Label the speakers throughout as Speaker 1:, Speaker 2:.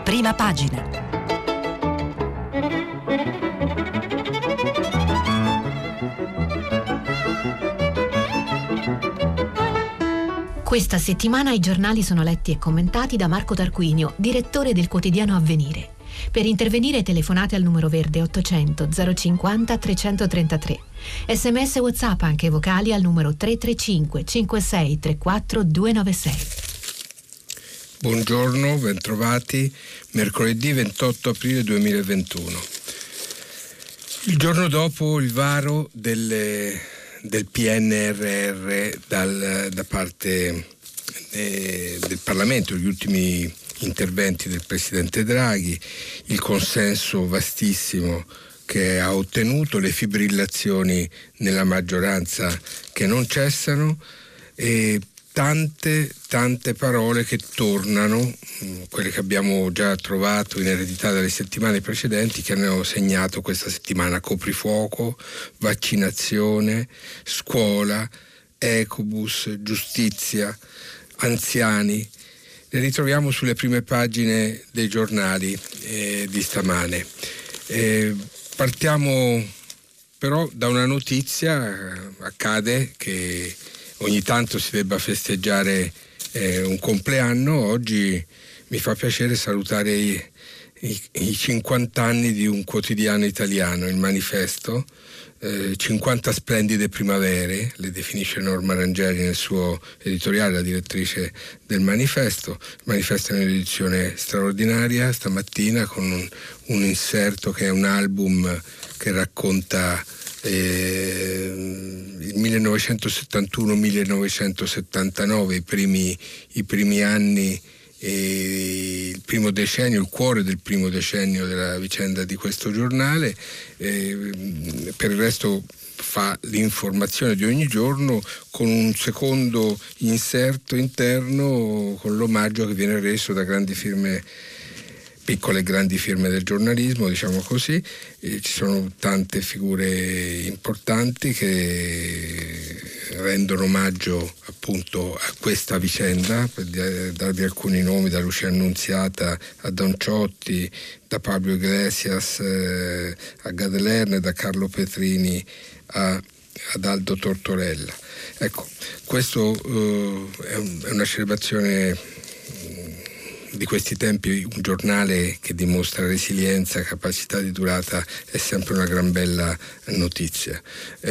Speaker 1: Prima pagina. Questa settimana i giornali sono letti e commentati da Marco Tarquinio, direttore del quotidiano Avvenire. Per intervenire telefonate al numero verde 800 050 333. SMS WhatsApp anche vocali al numero 335 56 34 296.
Speaker 2: Buongiorno, bentrovati. Mercoledì 28 aprile 2021. Il giorno dopo il varo del PNRR da parte del Parlamento, gli ultimi interventi del Presidente Draghi, il consenso vastissimo che ha ottenuto, le fibrillazioni nella maggioranza che non cessano e tante parole che tornano, quelle che abbiamo già trovato in eredità dalle settimane precedenti, che hanno segnato questa settimana: coprifuoco, vaccinazione, scuola, ecobus, giustizia, anziani. Le ritroviamo sulle prime pagine dei giornali di stamane. Partiamo però da una notizia. Accade che ogni tanto si debba festeggiare un compleanno. Oggi mi fa piacere salutare i 50 anni di un quotidiano italiano, il Manifesto. 50 splendide primavere, le definisce Norma Rangeri nel suo editoriale, la direttrice del Manifesto. Il Manifesto è un'edizione straordinaria stamattina con un inserto che è un album che racconta il 1971-1979, i primi anni, il primo decennio, il cuore del primo decennio della vicenda di questo giornale. Per il resto fa l'informazione di ogni giorno con un secondo inserto interno con l'omaggio che viene reso da grandi firme, piccole e grandi firme del giornalismo, diciamo così. Ci sono tante figure importanti che rendono omaggio appunto a questa vicenda, per darvi alcuni nomi: da Lucia Annunziata a Don Ciotti, da Pablo Iglesias a Gad Lerner, da Carlo Petrini ad Aldo Tortorella. Ecco, questo è una celebrazione di questi tempi. Un giornale che dimostra resilienza, capacità di durata, è sempre una gran bella notizia.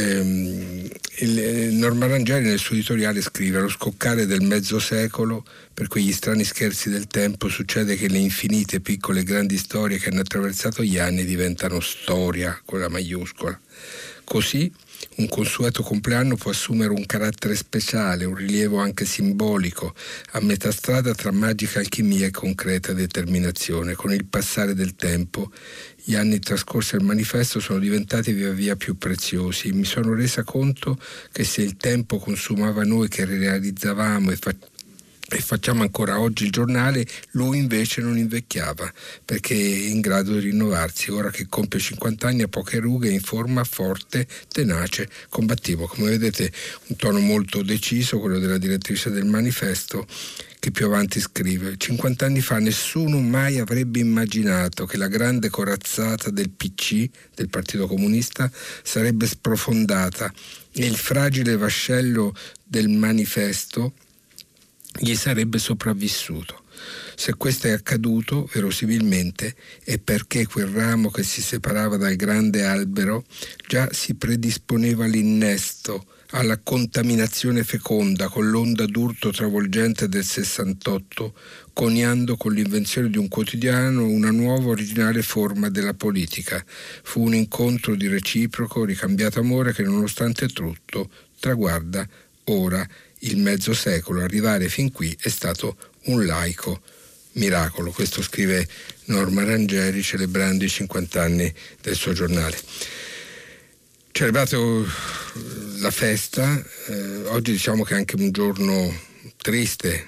Speaker 2: Norma Rangeri nel suo editoriale scrive: allo scoccare del mezzo secolo, per quegli strani scherzi del tempo, succede che le infinite piccole e grandi storie che hanno attraversato gli anni diventano storia con la maiuscola. Così un consueto compleanno può assumere un carattere speciale, un rilievo anche simbolico, a metà strada tra magica alchimia e concreta determinazione. Con il passare del tempo, gli anni trascorsi al Manifesto sono diventati via via più preziosi. Mi sono resa conto che se il tempo consumava noi che realizzavamo e facciamo ancora oggi il giornale, lui invece non invecchiava, perché è in grado di rinnovarsi. Ora che compie 50 anni ha poche rughe, in forma, forte, tenace, combattivo. Come vedete, un tono molto deciso, quello della direttrice del Manifesto, che più avanti scrive: 50 anni fa nessuno mai avrebbe immaginato che la grande corazzata del PC, del Partito Comunista, sarebbe sprofondata e il fragile vascello del Manifesto gli sarebbe sopravvissuto. Se questo è accaduto, verosimilmente, è perché quel ramo che si separava dal grande albero già si predisponeva all'innesto, alla contaminazione feconda con l'onda d'urto travolgente del 68, coniando con l'invenzione di un quotidiano una nuova originale forma della politica. Fu un incontro di reciproco, ricambiato amore che nonostante tutto traguarda ora il mezzo secolo. Arrivare fin qui è stato un laico miracolo. Questo scrive Norma Rangeri celebrando i 50 anni del suo giornale. Celebrato la festa, oggi diciamo che è anche un giorno triste,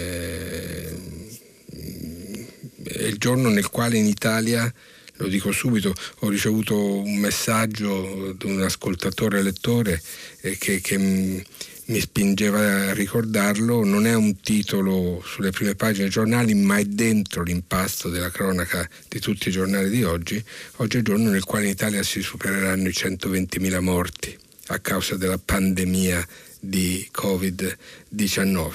Speaker 2: è il giorno nel quale in Italia, lo dico subito, ho ricevuto un messaggio da un ascoltatore lettore che mi spingeva a ricordarlo, non è un titolo sulle prime pagine dei giornali, ma è dentro l'impasto della cronaca di tutti i giornali di oggi. Oggi è il giorno nel quale in Italia si supereranno i 120.000 morti a causa della pandemia di Covid-19.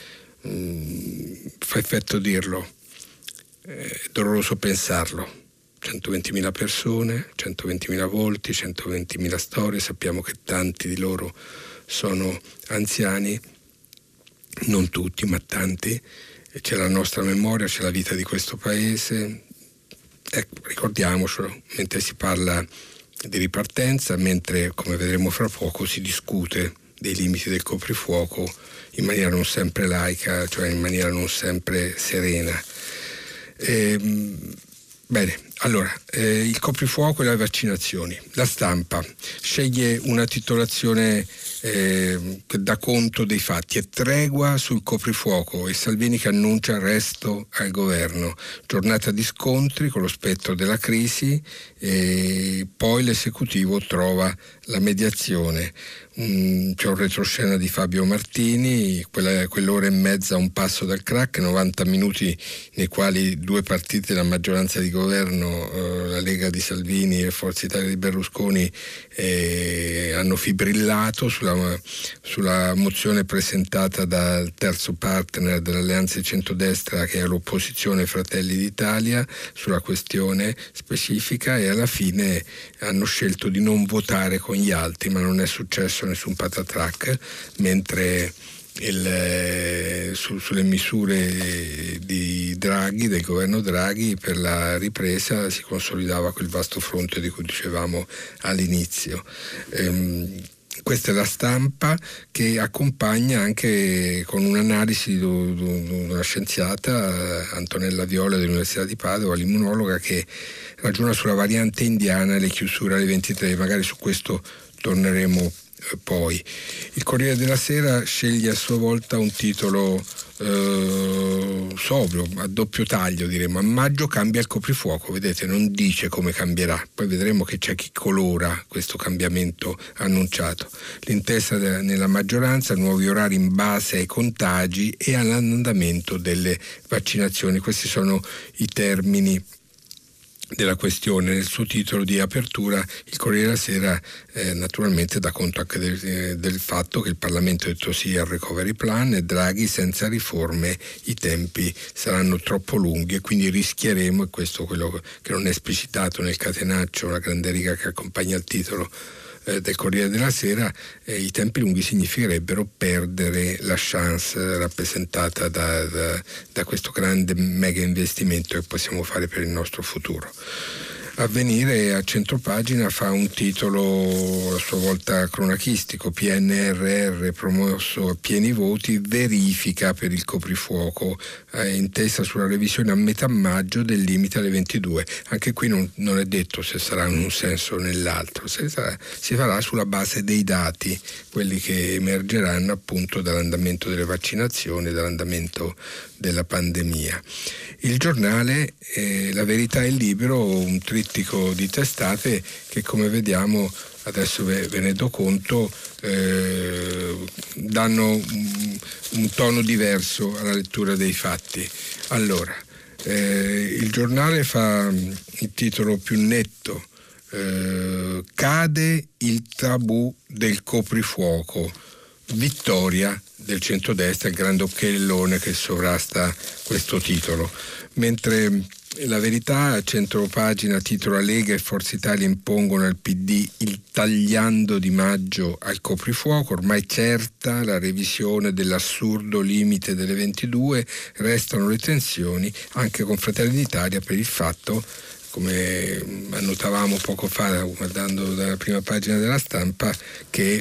Speaker 2: Fa effetto dirlo, è doloroso pensarlo. 120.000 persone, 120.000 volti, 120.000 storie, sappiamo che tanti di loro sono anziani, non tutti ma tanti, c'è la nostra memoria, c'è la vita di questo paese, ecco, ricordiamocelo mentre si parla di ripartenza, mentre come vedremo fra poco si discute dei limiti del coprifuoco in maniera non sempre laica, cioè in maniera non sempre serena. Bene, allora, il coprifuoco e le vaccinazioni. La Stampa sceglie una titolazione che dà conto dei fatti. È tregua sul coprifuoco e Salvini che annuncia arresto al governo. Giornata di scontri con lo spettro della crisi e poi l'esecutivo trova la mediazione. C'è un retroscena di Fabio Martini, quell'ora e mezza a un passo dal crack, 90 minuti nei quali due partiti della maggioranza di governo, la Lega di Salvini e Forza Italia di Berlusconi, hanno fibrillato sulla mozione presentata dal terzo partner dell'Alleanza di Centrodestra, che è l'opposizione Fratelli d'Italia, sulla questione specifica, e alla fine hanno scelto di non votare con gli altri, ma non è successo nessun patatrac, mentre sulle misure di Draghi, del governo Draghi per la ripresa, si consolidava quel vasto fronte di cui dicevamo all'inizio. Questa è la Stampa, che accompagna anche con un'analisi di una scienziata, Antonella Viola dell'Università di Padova, l'immunologa, che ragiona sulla variante indiana e le chiusure alle 23. Magari su questo torneremo poi. Il Corriere della Sera sceglie a sua volta un titolo sobrio, a doppio taglio diremo. A maggio cambia il coprifuoco, vedete, non dice come cambierà, poi vedremo che c'è chi colora questo cambiamento annunciato. L'intesa nella maggioranza, nuovi orari in base ai contagi e all'andamento delle vaccinazioni. Questi sono i termini della questione. Nel suo titolo di apertura il Corriere della Sera naturalmente dà conto anche del fatto che il Parlamento ha detto sì al recovery plan e Draghi: senza riforme i tempi saranno troppo lunghi e quindi rischieremo, e questo è quello che non è esplicitato nel catenaccio, la grande riga che accompagna il titolo del Corriere della Sera, i tempi lunghi significherebbero perdere la chance rappresentata da questo grande mega investimento che possiamo fare per il nostro futuro. Avvenire a centropagina fa un titolo a sua volta cronachistico: PNRR promosso a pieni voti, verifica per il coprifuoco, intesa sulla revisione a metà maggio del limite alle 22. Anche qui non è detto se sarà in un senso o nell'altro, si farà sulla base dei dati, quelli che emergeranno appunto dall'andamento delle vaccinazioni, dall'andamento della pandemia. Il Giornale, La Verità e Libero, un trittico di testate che, come vediamo, adesso ve ne do conto, danno un tono diverso alla lettura dei fatti. Allora, il Giornale fa il titolo più netto: cade il tabù del coprifuoco, vittoria del centrodestra, il grande occhiellone che sovrasta questo titolo. Mentre La Verità, a centropagina, titola: Lega e Forza Italia impongono al PD il tagliando di maggio al coprifuoco, ormai certa la revisione dell'assurdo limite delle 22, restano le tensioni anche con Fratelli d'Italia per il fatto, come annotavamo poco fa guardando dalla prima pagina della Stampa, che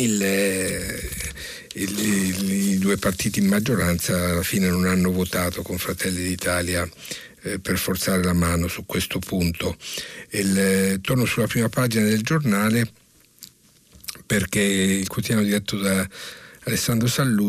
Speaker 2: i due partiti in maggioranza alla fine non hanno votato con Fratelli d'Italia per forzare la mano su questo punto. Torno sulla prima pagina del Giornale perché il quotidiano diretto da Alessandro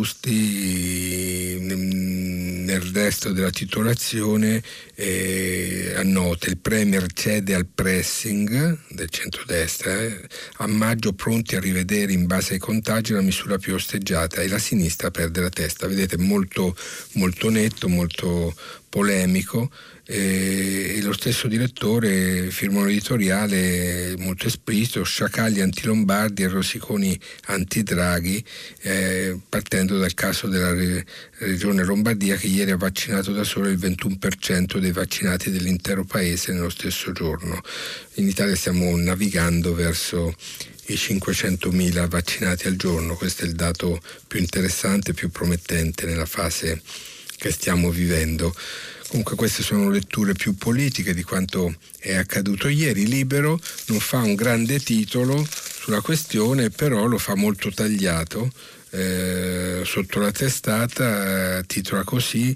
Speaker 2: Sallusti nel resto della titolazione annota: il Premier cede al pressing del centrodestra, a maggio pronti a rivedere in base ai contagi la misura più osteggiata, e la sinistra perde la testa. Vedete, molto, molto netto, molto polemico, e lo stesso direttore firma un editoriale molto esplicito: sciacalli anti-Lombardi e rosiconi anti-Draghi, partendo dal caso della regione Lombardia, che ieri ha vaccinato da solo il 21% dei vaccinati dell'intero paese nello stesso giorno. In Italia stiamo navigando verso i 500.000 vaccinati al giorno. Questo è il dato più interessante, più promettente nella fase che stiamo vivendo. Comunque queste sono letture più politiche di quanto è accaduto ieri. Libero non fa un grande titolo sulla questione, però lo fa molto tagliato. Sotto la testata titola così: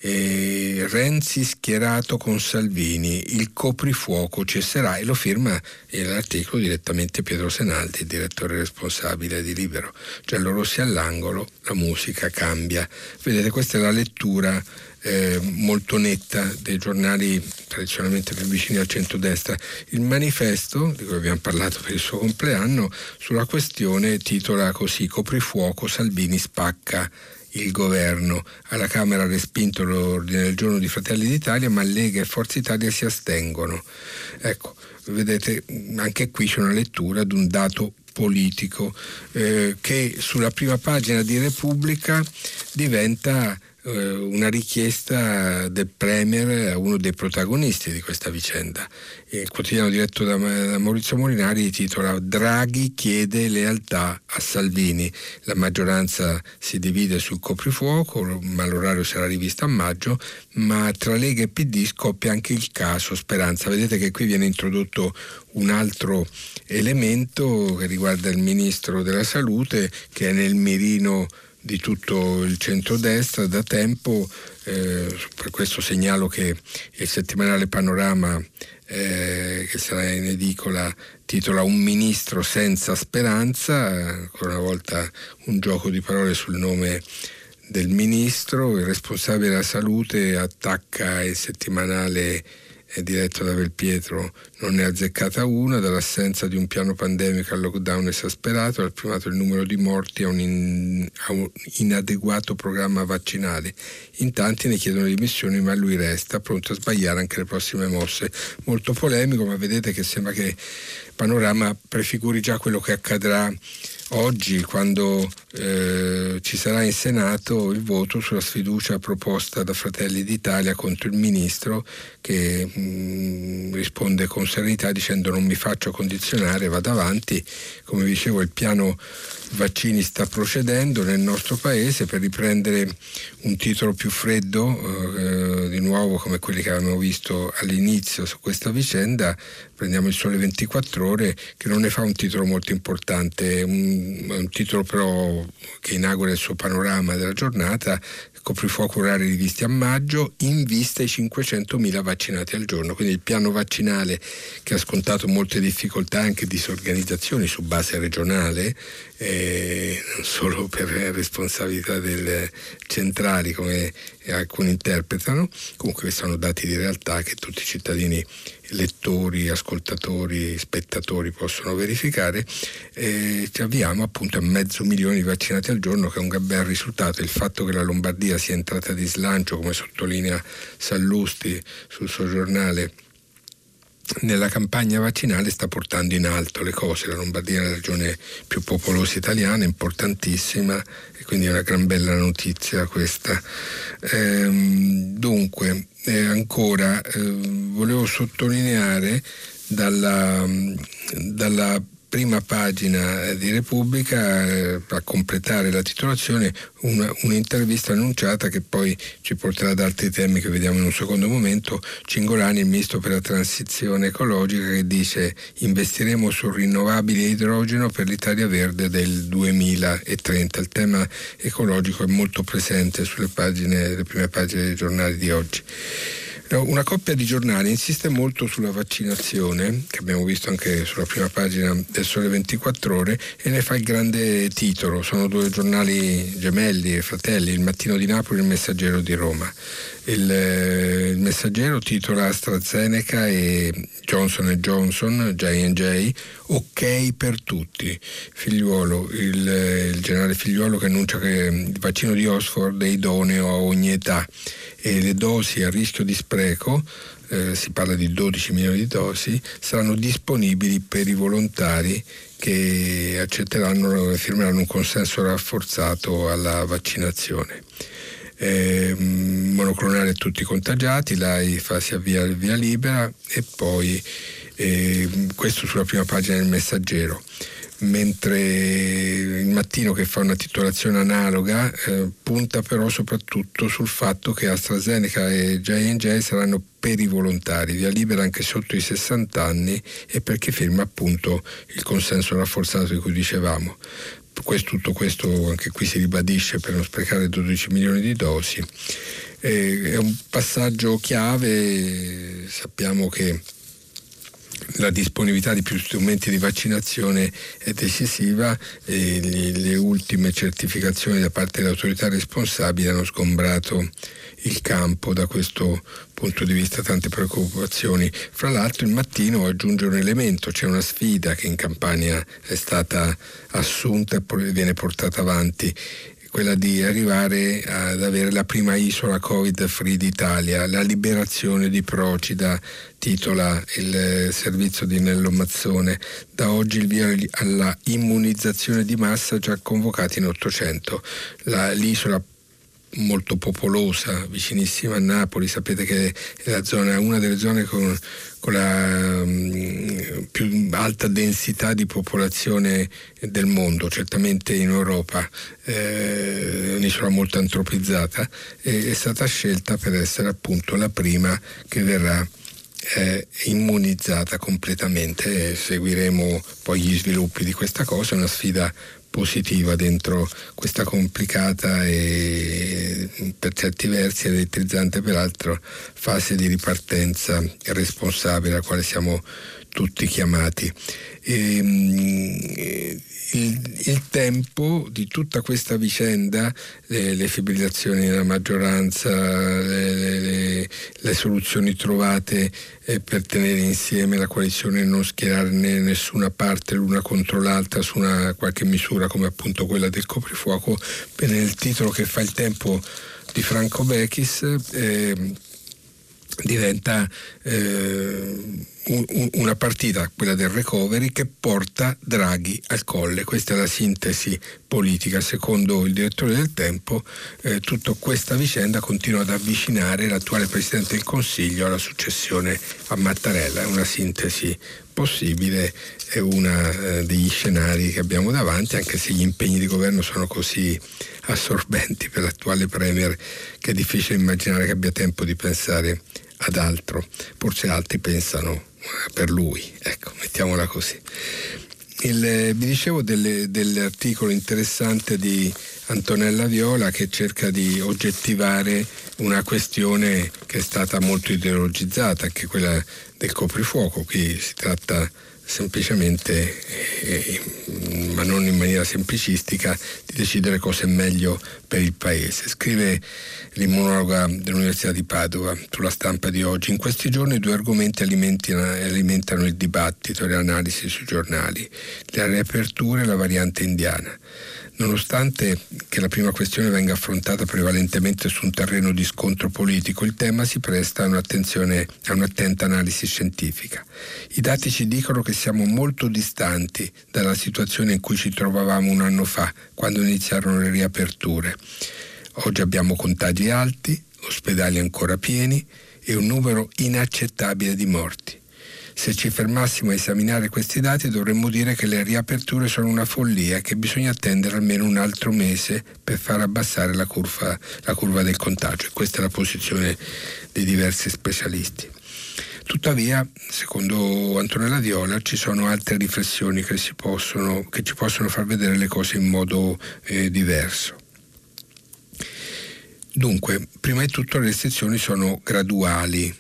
Speaker 2: Renzi schierato con Salvini, il coprifuoco cesserà, e lo firma l'articolo direttamente Pietro Senaldi, il direttore responsabile di Libero. Giallo Rossi all'angolo, la musica cambia. Vedete, questa è la lettura molto netta dei giornali tradizionalmente più vicini al centrodestra. Il Manifesto, di cui abbiamo parlato per il suo compleanno, sulla questione titola così: coprifuoco, Salvini spacca il governo. Alla Camera ha respinto l'ordine del giorno di Fratelli d'Italia, ma Lega e Forza Italia si astengono. Ecco, vedete, anche qui c'è una lettura di un dato politico che sulla prima pagina di Repubblica diventa una richiesta del Premier a uno dei protagonisti di questa vicenda. Il quotidiano diretto da Maurizio Molinari titola: Draghi chiede lealtà a Salvini. La maggioranza si divide sul coprifuoco, ma l'orario sarà rivisto a maggio, ma tra Lega e PD scoppia anche il caso Speranza. Vedete che qui viene introdotto un altro elemento che riguarda il ministro della Salute, che è nel mirino di tutto il centrodestra da tempo. Per questo segnalo che il settimanale Panorama, che sarà in edicola, titola: Un ministro senza speranza. Ancora una volta un gioco di parole sul nome del ministro. Il responsabile della salute attacca il settimanale diretto da Belpietro: non ne ha azzeccata una, dall'assenza di un piano pandemico al lockdown esasperato, dal primato il numero di morti a un inadeguato programma vaccinale. In tanti ne chiedono le dimissioni, ma lui resta pronto a sbagliare anche le prossime mosse. Molto polemico, ma vedete che sembra che Panorama prefiguri già quello che accadrà oggi, quando ci sarà in Senato il voto sulla sfiducia proposta da Fratelli d'Italia contro il ministro, che risponde con serenità dicendo: non mi faccio condizionare, vado avanti. Come dicevo, il piano vaccini sta procedendo nel nostro paese. Per riprendere un titolo più freddo, di nuovo come quelli che avevamo visto all'inizio su questa vicenda, prendiamo il Sole 24 Ore, che non ne fa un titolo molto importante, un titolo però che inaugura il suo panorama della giornata: coprifuoco, orari rivisti a maggio, in vista i 500.000 vaccinati al giorno. Quindi il piano vaccinale, che ha scontato molte difficoltà, anche disorganizzazioni su base regionale, non solo per responsabilità del centrali come alcuni interpretano. Comunque questi sono dati di realtà che tutti i cittadini, lettori, ascoltatori, spettatori possono verificare. Ci avviamo appunto a 500.000 di vaccinati al giorno, che è un bel risultato. Il fatto che la Lombardia sia entrata di slancio, come sottolinea Sallusti sul suo giornale, nella campagna vaccinale sta portando in alto le cose. La Lombardia è la regione più popolosa italiana, importantissima, e quindi è una gran bella notizia questa. Dunque, ancora volevo sottolineare dalla prima pagina di Repubblica, a completare la titolazione, un'intervista annunciata che poi ci porterà ad altri temi che vediamo in un secondo momento. Cingolani, il ministro per la transizione ecologica, che dice: investiremo su rinnovabili e idrogeno per l'Italia verde del 2030. Il tema ecologico è molto presente sulle prime pagine dei giornali di oggi. Una coppia di giornali insiste molto sulla vaccinazione, che abbiamo visto anche sulla prima pagina del Sole 24 Ore, e ne fa il grande titolo. Sono due giornali gemelli e fratelli, Il Mattino di Napoli e Il Messaggero di Roma. Il Messaggero titola AstraZeneca e Johnson & Johnson, J&J, ok per tutti. Figliuolo, il generale Figliuolo, che annuncia che il vaccino di Oxford è idoneo a ogni età e le dosi a rischio di spreco, si parla di 12 milioni di dosi, saranno disponibili per i volontari che accetteranno e firmeranno un consenso rafforzato alla vaccinazione. Monoclonale a tutti i contagiati, l'AIFA si avvia il via libera, e poi questo sulla prima pagina del Messaggero. Mentre Il Mattino, che fa una titolazione analoga, punta però soprattutto sul fatto che AstraZeneca e J&J saranno per i volontari, via libera anche sotto i 60 anni, e perché firma appunto il consenso rafforzato di cui dicevamo. Tutto questo anche qui si ribadisce per non sprecare 12 milioni di dosi. È un passaggio chiave. Sappiamo che la disponibilità di più strumenti di vaccinazione è decisiva, e le ultime certificazioni da parte delle autorità responsabili hanno sgombrato il campo da questo punto di vista, tante preoccupazioni. Fra l'altro Il Mattino aggiunge un elemento: c'è una sfida che in Campania è stata assunta e poi viene portata avanti, quella di arrivare ad avere la prima isola Covid free d'Italia. La liberazione di Procida, titola il servizio di Nello Mazzone. Da oggi il via alla immunizzazione di massa, già convocati in 800. L'isola molto popolosa, vicinissima a Napoli, sapete che è una delle zone con la più alta densità di popolazione del mondo, certamente in Europa. È un'isola molto antropizzata, e è stata scelta per essere appunto la prima che verrà immunizzata completamente. Seguiremo poi gli sviluppi di questa cosa. È una sfida positiva dentro questa complicata e per certi versi elettrizzante peraltro fase di ripartenza responsabile alla quale siamo tutti chiamati. Il tempo di tutta questa vicenda, le fibrillazioni nella maggioranza, le soluzioni trovate per tenere insieme la coalizione e non schierarne nessuna parte l'una contro l'altra su una qualche misura come appunto quella del coprifuoco. Nel titolo che fa il tempo di Franco Bechis diventa una partita, quella del recovery, che porta Draghi al colle. Questa è la sintesi politica. Secondo il direttore del Tempo, tutta questa vicenda continua ad avvicinare l'attuale Presidente del Consiglio alla successione a Mattarella. È una sintesi possibile, è uno degli scenari che abbiamo davanti, anche se gli impegni di governo sono così assorbenti per l'attuale Premier che è difficile immaginare che abbia tempo di pensare ad altro. Forse altri pensano per lui, ecco, mettiamola così. Vi dicevo dell'articolo interessante di Antonella Viola, che cerca di oggettivare una questione che è stata molto ideologizzata, che è quella del coprifuoco. Qui si tratta semplicemente, ma non in maniera semplicistica, di decidere cosa è meglio per il paese. Scrive l'immunologa dell'Università di Padova sulla Stampa di oggi: in questi giorni due argomenti alimentano il dibattito e le analisi sui giornali: la riapertura e la variante indiana. Nonostante che la prima questione venga affrontata prevalentemente su un terreno di scontro politico, il tema si presta a un'attenta analisi scientifica. I dati ci dicono che siamo molto distanti dalla situazione in cui ci trovavamo un anno fa, quando iniziarono le riaperture. Oggi abbiamo contagi alti, ospedali ancora pieni e un numero inaccettabile di morti. Se ci fermassimo a esaminare questi dati, dovremmo dire che le riaperture sono una follia e che bisogna attendere almeno un altro mese per far abbassare la curva del contagio. E questa è la posizione di diversi specialisti. Tuttavia, secondo Antonella Viola, ci sono altre riflessioni che ci possono far vedere le cose in modo diverso. Dunque, prima di tutto le restrizioni sono graduali.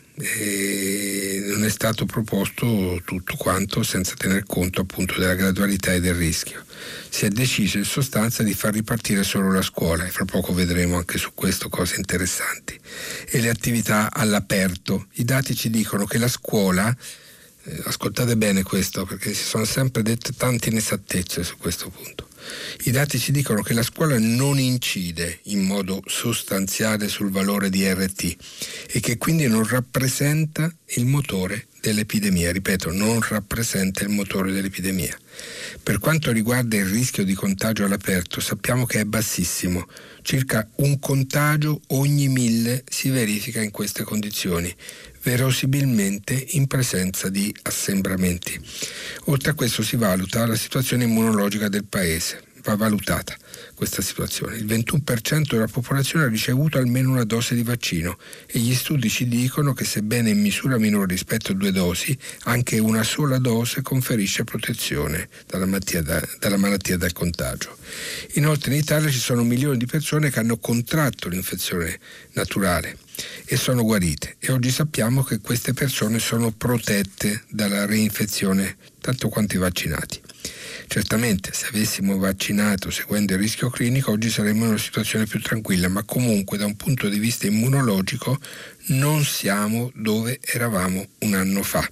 Speaker 2: Non è stato proposto tutto quanto senza tener conto appunto della gradualità e del rischio. Si è deciso in sostanza di far ripartire solo la scuola, e fra poco vedremo anche su questo cose interessanti, e le attività all'aperto. I dati ci dicono che la scuola, ascoltate bene questo perché si sono sempre dette tante inesattezze su questo punto, i dati ci dicono che la scuola non incide in modo sostanziale sul valore di RT e che quindi non rappresenta il motore dell'epidemia. Ripeto, non rappresenta il motore dell'epidemia. Per quanto riguarda il rischio di contagio all'aperto, sappiamo che è bassissimo. Circa un contagio ogni 1000 si verifica in queste condizioni, verosimilmente in presenza di assembramenti. Oltre a questo si valuta la situazione immunologica del paese. Va valutata questa situazione. Il 21% della popolazione ha ricevuto almeno una dose di vaccino e gli studi ci dicono che, sebbene in misura minore rispetto a 2 dosi, anche una sola dose conferisce protezione dalla malattia del contagio. Inoltre in Italia ci sono milioni di persone che hanno contratto l'infezione naturale e sono guarite, e oggi sappiamo che queste persone sono protette dalla reinfezione tanto quanto i vaccinati. Certamente, se avessimo vaccinato seguendo il rischio clinico, oggi saremmo in una situazione più tranquilla, ma comunque da un punto di vista immunologico non siamo dove eravamo un anno fa.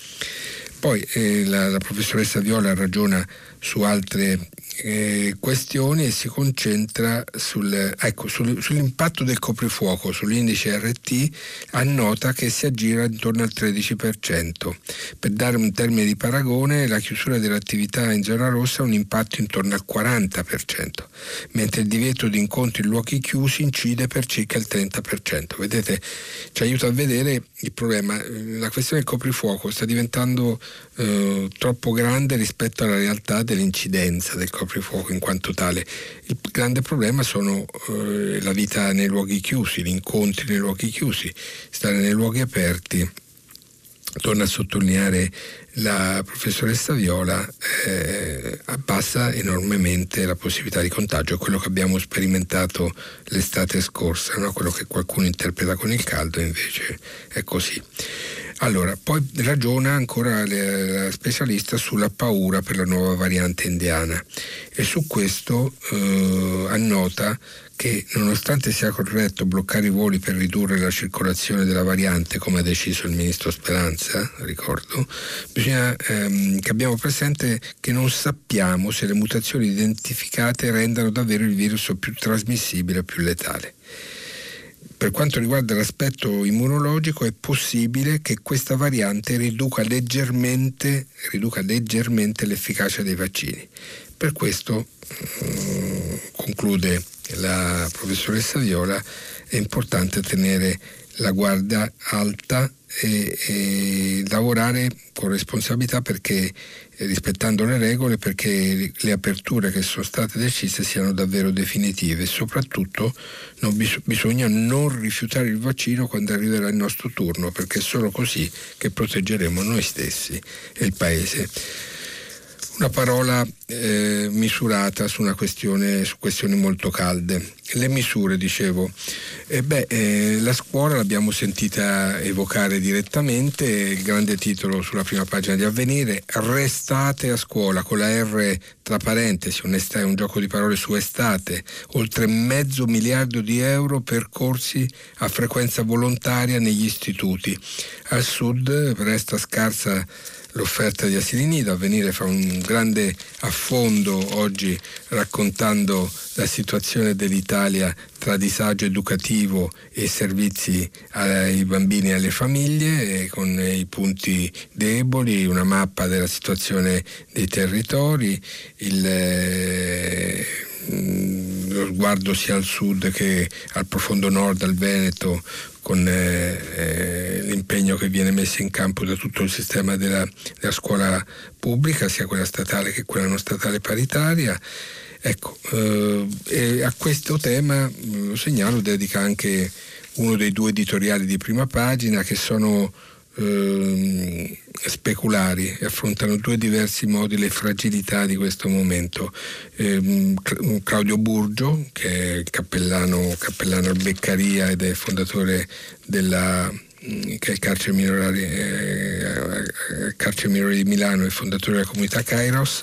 Speaker 2: Poi la professoressa Viola ragiona su altre questioni e si concentra sull'impatto del coprifuoco, sull'indice RT, annota che si aggira intorno al 13%. Per dare un termine di paragone, la chiusura dell'attività in zona rossa ha un impatto intorno al 40%, mentre il divieto di incontri in luoghi chiusi incide per circa il 30%. Vedete, ci aiuta a vedere il problema. La questione del coprifuoco sta diventando troppo grande rispetto alla realtà dell'incidenza del coprifuoco in quanto tale. Il grande problema sono la vita nei luoghi chiusi, gli incontri nei luoghi chiusi, stare nei luoghi aperti. Torna a sottolineare la professoressa Viola, abbassa enormemente la possibilità di contagio. È quello che abbiamo sperimentato l'estate scorsa, no? Quello che qualcuno interpreta con il caldo invece è così. Allora, poi ragiona ancora la specialista sulla paura per la nuova variante indiana, e su questo annota che, nonostante sia corretto bloccare i voli per ridurre la circolazione della variante, come ha deciso il ministro Speranza, ricordo, bisogna che abbiamo presente che non sappiamo se le mutazioni identificate rendano davvero il virus più trasmissibile o più letale. Per quanto riguarda l'aspetto immunologico, è possibile che questa variante riduca leggermente l'efficacia dei vaccini. Per questo, conclude la professoressa Viola, è importante tenere la guardia alta e lavorare con responsabilità, perché rispettando le regole, perché le aperture che sono state decise siano davvero definitive, e soprattutto bisogna non rifiutare il vaccino quando arriverà il nostro turno, perché è solo così che proteggeremo noi stessi e il Paese. Una parola misurata su questioni molto calde. Le misure, dicevo, la scuola l'abbiamo sentita evocare direttamente, il grande titolo sulla prima pagina di Avvenire: restate a scuola, con la R tra parentesi, è un gioco di parole su estate, oltre $500 miliardi per corsi a frequenza volontaria negli istituti. Al sud resta scarsa l'offerta di asili nido. Avvenire fa un grande affondo oggi raccontando la situazione dell'Italia tra disagio educativo e servizi ai bambini e alle famiglie, con i punti deboli, una mappa della situazione dei territori, lo sguardo sia al sud che al profondo nord, al Veneto, con l'impegno che viene messo in campo da tutto il sistema della scuola pubblica, sia quella statale che quella non statale paritaria. Ecco, e a questo tema, lo segnalo, dedica anche uno dei 2 editoriali di prima pagina, che sono speculari e affrontano due diversi modi le fragilità di questo momento. Claudio Burgio, che è cappellano al Beccaria ed è fondatore che è il carcere minore di Milano e fondatore della comunità Kairos,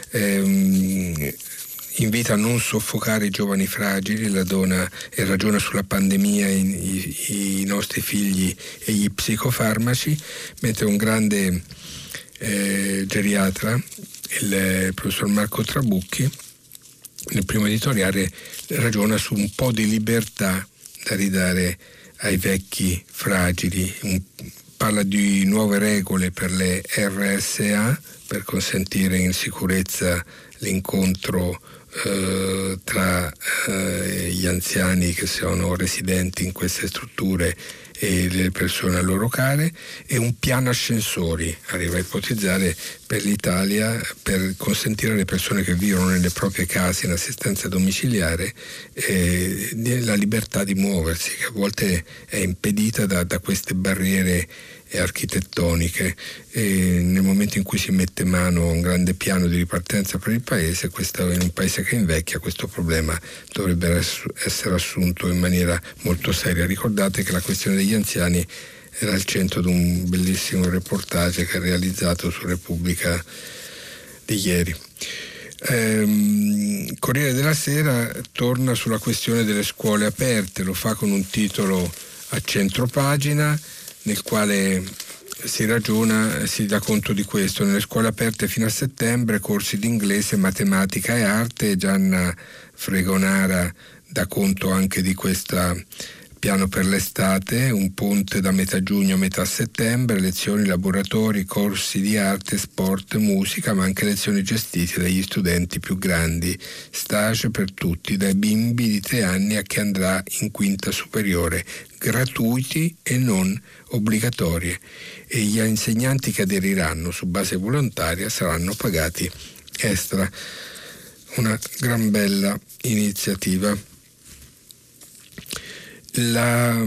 Speaker 2: invita a non soffocare i giovani fragili e ragiona sulla pandemia, i nostri figli e gli psicofarmaci, mentre un grande geriatra, il professor Marco Trabucchi, nel primo editoriale ragiona su un po' di libertà da ridare ai vecchi fragili. Parla di nuove regole per le RSA per consentire in sicurezza l'incontro tra gli anziani che sono residenti in queste strutture e le persone a loro care, e un piano ascensori arriva a ipotizzare per l'Italia per consentire alle persone che vivono nelle proprie case in assistenza domiciliare la libertà di muoversi, che a volte è impedita da queste barriere architettoniche. E nel momento in cui si mette mano a un grande piano di ripartenza per il paese, in un paese che invecchia, questo problema dovrebbe essere assunto in maniera molto seria. Ricordate che la questione degli anziani era al centro di un bellissimo reportage che ha realizzato su Repubblica di ieri. Corriere della Sera torna sulla questione delle scuole aperte, lo fa con un titolo a centropagina nel quale si dà conto di questo. Nelle scuole aperte fino a settembre corsi di inglese, matematica e arte. Gianna Fregonara dà conto anche di questo piano per l'estate, un ponte da metà giugno a metà settembre, lezioni, laboratori, corsi di arte, sport, musica, ma anche lezioni gestite dagli studenti più grandi, stage per tutti, dai bimbi di 3 anni a chi andrà in quinta superiore, gratuiti e non obbligatorie, e gli insegnanti che aderiranno su base volontaria saranno pagati extra. Una gran bella iniziativa. Sulla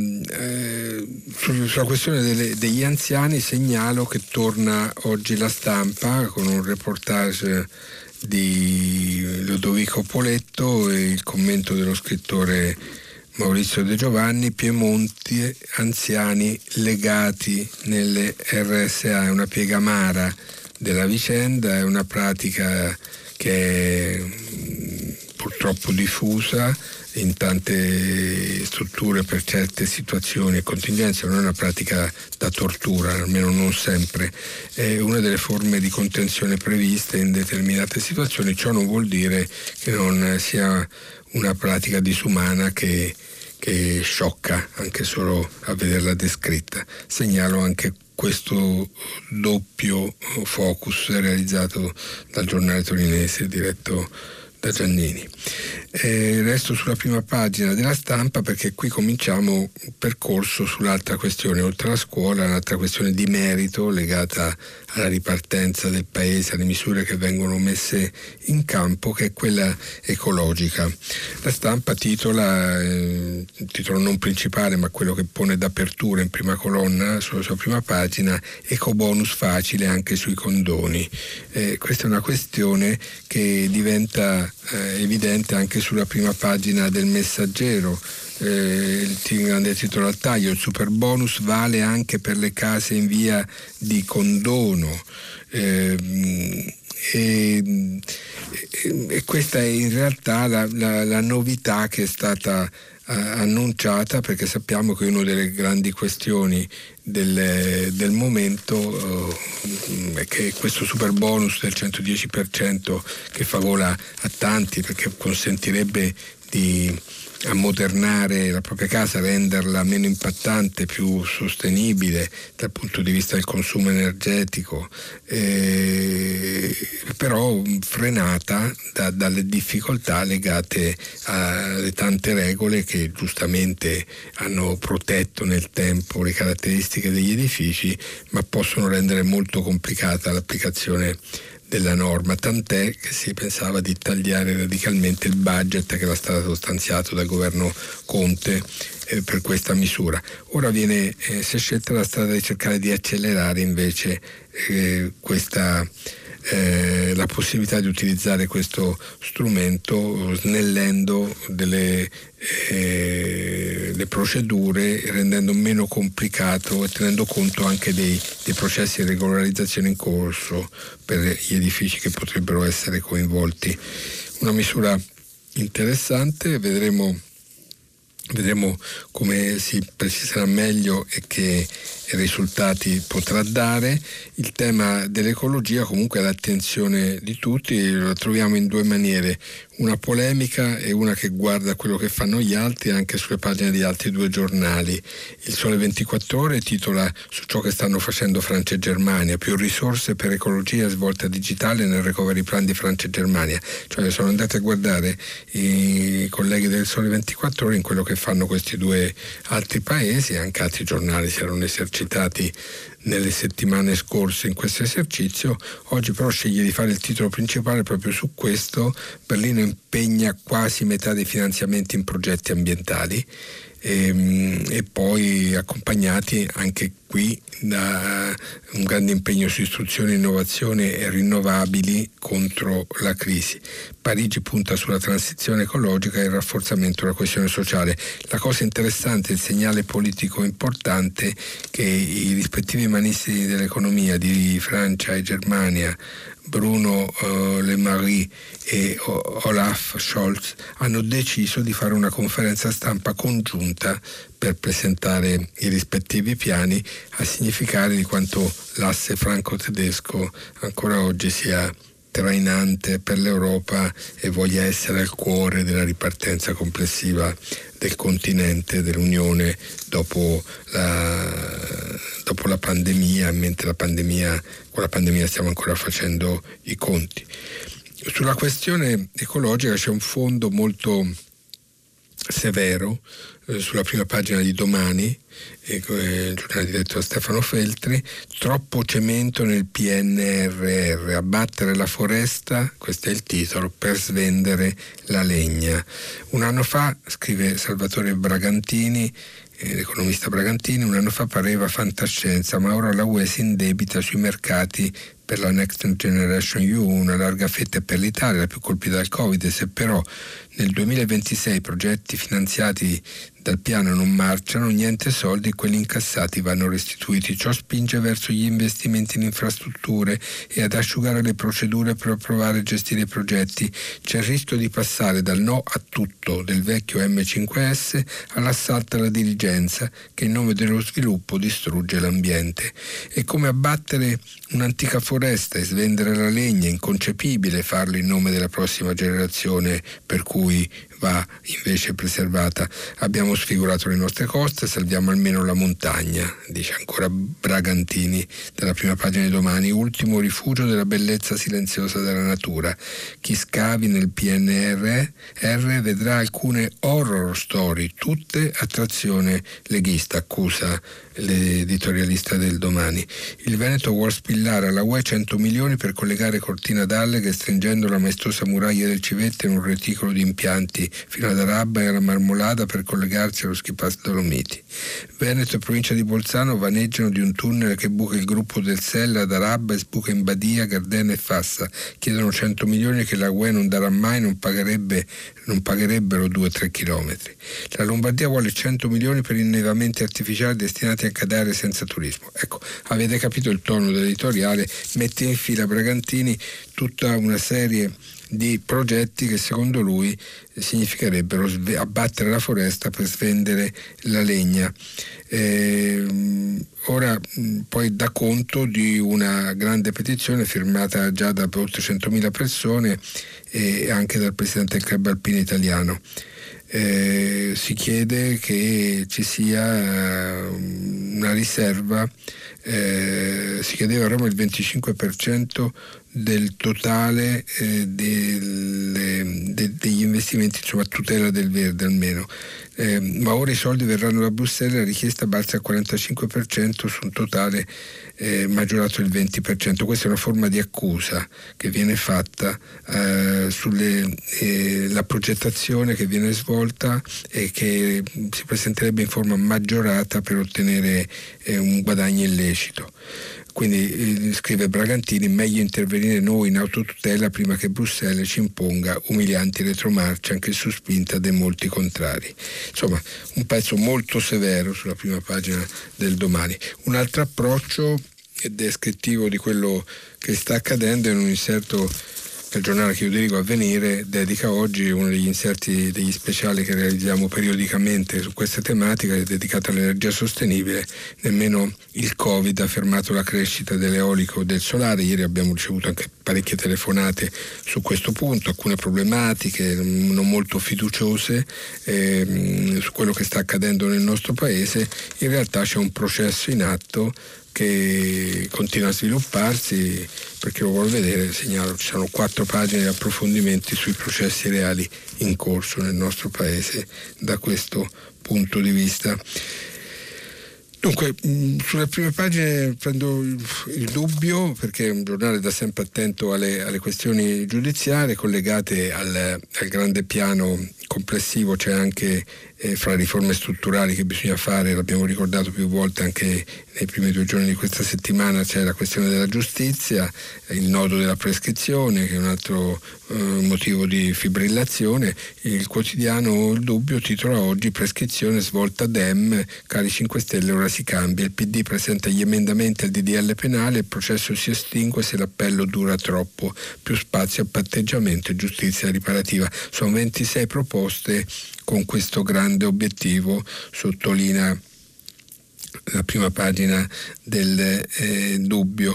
Speaker 2: questione degli anziani segnalo che torna oggi La Stampa con un reportage di Lodovico Poletto e il commento dello scrittore Maurizio De Giovanni. Piemonte, anziani legati nelle RSA, è una piega amara della vicenda, è una pratica che è purtroppo diffusa in tante strutture per certe situazioni e contingenze, non è una pratica da tortura, almeno non sempre, è una delle forme di contenzione previste in determinate situazioni. Ciò non vuol dire che non sia una pratica disumana che sciocca anche solo a vederla descritta. Segnalo anche questo doppio focus realizzato dal giornale torinese diretto da Giannini. Resto sulla prima pagina della Stampa perché qui cominciamo un percorso sull'altra questione, oltre alla scuola, un'altra questione di merito legata alla ripartenza del paese, alle misure che vengono messe in campo, che è quella ecologica. La Stampa titola, titolo non principale ma quello che pone d'apertura in prima colonna sulla sua prima pagina, ecobonus facile anche sui condoni. Questa è una questione che diventa evidente anche sulla prima pagina del Messaggero. Il grande titolo al taglio: il super bonus vale anche per le case in via di condono, e questa è in realtà la novità che è stata annunciata, perché sappiamo che una delle grandi questioni del momento è che questo super bonus del 110% che fa gola a tanti, perché consentirebbe di ammodernare la propria casa, renderla meno impattante, più sostenibile dal punto di vista del consumo energetico, però frenata dalle difficoltà legate alle tante regole che giustamente hanno protetto nel tempo le caratteristiche degli edifici, ma possono rendere molto complicata l'applicazione della norma, tant'è che si pensava di tagliare radicalmente il budget che era stato stanziato dal governo Conte per questa misura. Ora si è scelta la strada di cercare di accelerare invece la possibilità di utilizzare questo strumento, snellendo le procedure, rendendo meno complicato e tenendo conto anche dei processi di regolarizzazione in corso per gli edifici che potrebbero essere coinvolti. Una misura interessante, vedremo come si preciserà meglio e che risultati potrà dare. Il tema dell'ecologia comunque è all'attenzione di tutti, lo troviamo in due maniere, una polemica e una che guarda quello che fanno gli altri anche sulle pagine di altri due giornali. Il Sole 24 Ore titola su ciò che stanno facendo Francia e Germania, più risorse per ecologia e svolta digitale nel recovery plan di Francia e Germania. Cioè sono andati a guardare i colleghi del Sole 24 Ore in quello che fanno questi due altri paesi, anche altri giornali si erano esercitati nelle settimane scorse in questo esercizio. Oggi però sceglie di fare il titolo principale proprio su questo. Berlino impegna quasi metà dei finanziamenti in progetti ambientali e poi accompagnati anche qui da un grande impegno su istruzione, innovazione e rinnovabili contro la crisi. Parigi punta sulla transizione ecologica e il rafforzamento della coesione sociale. La cosa interessante, il segnale politico importante che i rispettivi ministri dell'economia di Francia e Germania, Bruno Le Maire e Olaf Scholz, hanno deciso di fare una conferenza stampa congiunta per presentare i rispettivi piani, a significare di quanto l'asse franco-tedesco ancora oggi sia trainante per l'Europa e voglia essere al cuore della ripartenza complessiva del continente, dell'Unione dopo la pandemia, mentre con la pandemia stiamo ancora facendo i conti. Sulla questione ecologica c'è un fondo molto severo sulla prima pagina di Domani, il giornale diretto da Stefano Feltri. Troppo cemento nel PNRR, abbattere la foresta, questo è il titolo, per svendere la legna. Un anno fa, scrive Salvatore Bragantini, l'economista Bragantini, un anno fa pareva fantascienza, ma ora la UE si indebita sui mercati per la Next Generation EU, una larga fetta per l'Italia, la più colpita dal Covid. Se però nel 2026 i progetti finanziati dal piano non marciano, niente soldi e quelli incassati vanno restituiti. Ciò spinge verso gli investimenti in infrastrutture e ad asciugare le procedure per approvare e gestire i progetti. C'è il rischio di passare dal no a tutto del vecchio M5S all'assalto alla diligenza che in nome dello sviluppo distrugge l'ambiente. È come abbattere un'antica foresta e svendere la legna, inconcepibile farlo in nome della prossima generazione per cui va invece preservata. Abbiamo sfigurato le nostre coste, salviamo almeno la montagna, dice ancora Bragantini dalla prima pagina di Domani, ultimo rifugio della bellezza silenziosa della natura. Chi scavi nel PNRR vedrà alcune horror story, tutte a trazione leghista, accusa l'editorialista del Domani. Il Veneto vuol spillare alla UE 100 milioni per collegare Cortina d'Alleghe stringendo la maestosa muraglia del Civetta in un reticolo di impianti fino ad Arabba e alla Marmolada per collegarsi allo ski pass Dolomiti. Veneto e provincia di Bolzano vaneggiano di un tunnel che buca il gruppo del Sella ad Arabba e sbuca in Badia, Gardena e Fassa. Chiedono 100 milioni che la UE non darà mai, non pagherebbero 2-3 chilometri. La Lombardia vuole 100 milioni per innevamenti artificiali destinati a cadere senza turismo. Ecco, avete capito il tono dell'editoriale, mette in fila Bragantini tutta una serie di progetti che secondo lui significherebbero abbattere la foresta per svendere la legna. Ora poi dà conto di una grande petizione firmata già da oltre 100.000 persone e anche dal presidente del club alpino italiano. Si chiede che ci sia una riserva, si chiedeva a Roma il 25% del totale degli investimenti, insomma, a tutela del verde almeno. Ma ora i soldi verranno da Bruxelles, la richiesta balza al 45% su un totale maggiorato del 20%. Questa è una forma di accusa che viene fatta sulla progettazione che viene svolta e che si presenterebbe in forma maggiorata per ottenere un guadagno illecito. Quindi scrive Bragantini: meglio intervenire noi in autotutela prima che Bruxelles ci imponga umilianti retromarce anche su spinta dei molti contrari. Insomma, un pezzo molto severo sulla prima pagina del Domani. Un altro approccio descrittivo di quello che sta accadendo in un inserto che il giornale che io dirigo, Avvenire, dedica oggi, uno degli inserti degli speciali che realizziamo periodicamente su queste tematiche, è dedicato all'energia sostenibile. Nemmeno il Covid ha fermato la crescita dell'eolico e del solare. Ieri abbiamo ricevuto anche parecchie telefonate su questo punto, alcune problematiche non molto fiduciose su quello che sta accadendo nel nostro paese. In realtà c'è un processo in atto che continua a svilupparsi. Per chi lo vuole vedere, segnalo, ci sono 4 pagine di approfondimenti sui processi reali in corso nel nostro paese da questo punto di vista. Dunque, sulle prime pagine prendo il Dubbio, perché è un giornale da sempre attento alle questioni giudiziarie collegate al grande piano complessivo. C'è anche fra le riforme strutturali che bisogna fare, l'abbiamo ricordato più volte anche nei primi 2 giorni di questa settimana, c'è la questione della giustizia, il nodo della prescrizione, che è un altro motivo di fibrillazione. Il quotidiano Il Dubbio titola oggi: prescrizione svolta Dem, cari 5 Stelle ora si cambia, il PD presenta gli emendamenti al DDL penale, il processo si estingue se l'appello dura troppo, più spazio a patteggiamento e giustizia riparativa. Sono 26 proposte con questo grande obiettivo, sottolinea la prima pagina del Dubbio.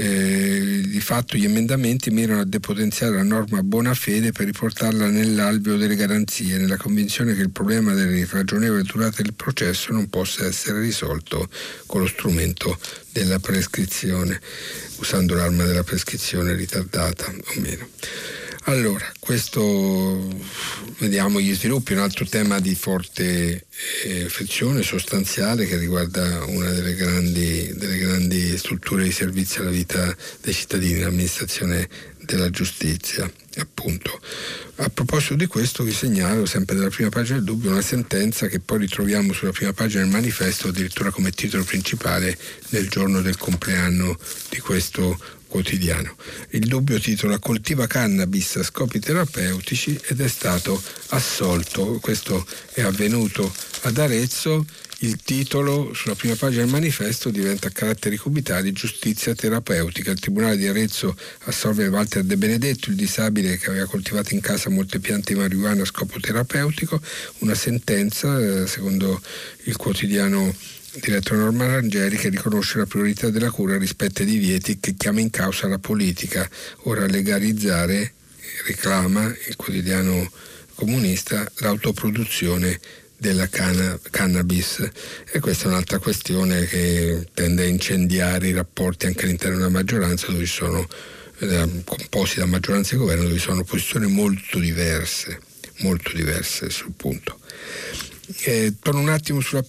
Speaker 2: Di fatto gli emendamenti mirano a depotenziare la norma buona fede per riportarla nell'alveo delle garanzie, nella convinzione che il problema dell'irragionevole durata del processo non possa essere risolto con lo strumento della prescrizione, usando l'arma della prescrizione ritardata o meno. Allora, questo, vediamo gli sviluppi. Un altro tema di forte frizione sostanziale che riguarda una delle grandi strutture di servizio alla vita dei cittadini, l'amministrazione della giustizia, appunto. A proposito di questo vi segnalo, sempre dalla prima pagina del Dubbio, una sentenza che poi ritroviamo sulla prima pagina del Manifesto, addirittura come titolo principale nel giorno del compleanno di questo quotidiano. Il Dubbio titola: coltiva cannabis a scopi terapeutici ed è stato assolto. Questo è avvenuto ad Arezzo. Il titolo sulla prima pagina del Manifesto diventa a caratteri cubitali: giustizia terapeutica. Il Tribunale di Arezzo assolve Walter De Benedetto, il disabile che aveva coltivato in casa molte piante di marijuana a scopo terapeutico. Una sentenza, secondo il quotidiano diretto da Norma Rangeri, che riconosce la priorità della cura rispetto ai divieti, che chiama in causa la politica. Ora legalizzare, reclama il quotidiano comunista, l'autoproduzione della cannabis. E questa è un'altra questione che tende a incendiare i rapporti anche all'interno della maggioranza, dove ci sono composti da maggioranza e governo, dove ci sono posizioni molto diverse sul punto. Torno un attimo sulla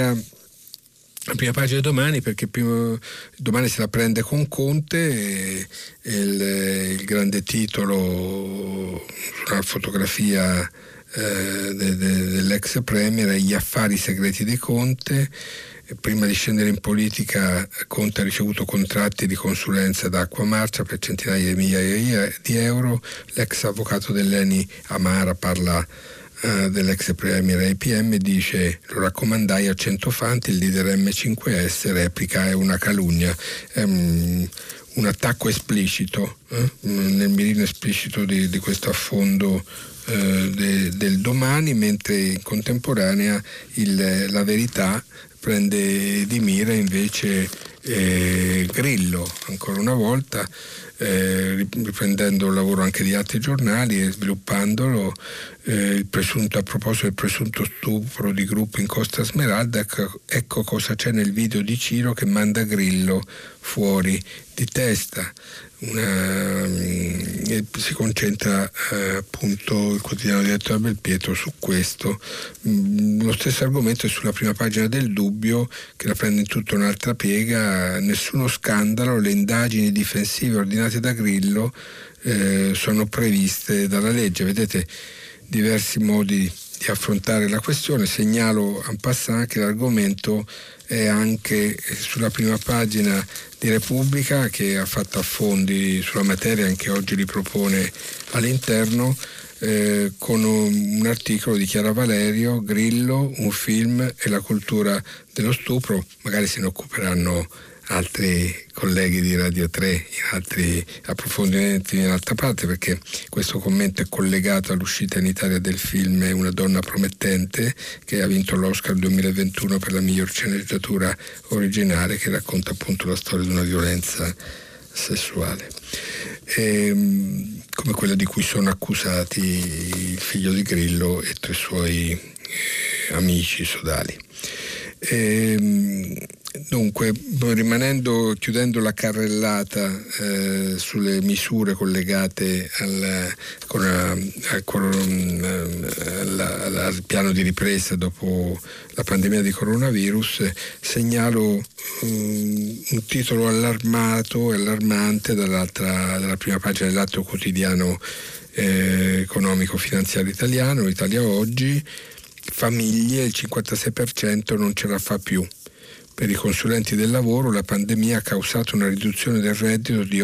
Speaker 2: la prima pagina di Domani, perché Domani se la prende con Conte, il grande titolo sulla fotografia dell'ex premier: gli affari segreti di Conte. Prima di scendere in politica, Conte ha ricevuto contratti di consulenza da Acqua Marcia per centinaia di migliaia di euro. L'ex avvocato dell'ENI Amara parla dell'ex premier APM, dice: lo raccomandai a 100 fanti, il leader M5S replica: è una calunnia. È un attacco esplicito, nel mirino esplicito di questo affondo del Domani, mentre in contemporanea la Verità prende di mira invece Grillo, ancora una volta, riprendendo il lavoro anche di altri giornali e sviluppandolo. a proposito del presunto stupro di gruppo in Costa Smeralda, ecco cosa c'è nel video di Ciro che manda Grillo fuori di testa. Si concentra appunto il quotidiano diretto da Belpietro su questo. Lo stesso argomento è sulla prima pagina del Dubbio, che la prende in tutta un'altra piega. Nessuno scandalo, le indagini difensive ordinate da Grillo sono previste dalla legge. Vedete diversi modi di affrontare la questione. Segnalo en passant che l'argomento è anche sulla prima pagina di Repubblica, che ha fatto affondi sulla materia, anche oggi li propone all'interno, con un articolo di Chiara Valerio, Grillo, un film e la cultura dello stupro. Magari se ne occuperanno altri colleghi di Radio 3 in altri approfondimenti in altra parte, perché questo commento è collegato all'uscita in Italia del film Una donna promettente, che ha vinto l'Oscar 2021 per la miglior sceneggiatura originale, che racconta appunto la storia di una violenza sessuale, come quella di cui sono accusati il figlio di Grillo e 3 suoi amici sodali. Dunque, chiudendo la carrellata sulle misure collegate al piano di ripresa dopo la pandemia di coronavirus, segnalo un titolo allarmante dalla prima pagina dell'Atto Quotidiano economico-finanziario italiano, Italia Oggi. Famiglie, il 56% non ce la fa più. Per i consulenti del lavoro la pandemia ha causato una riduzione del reddito di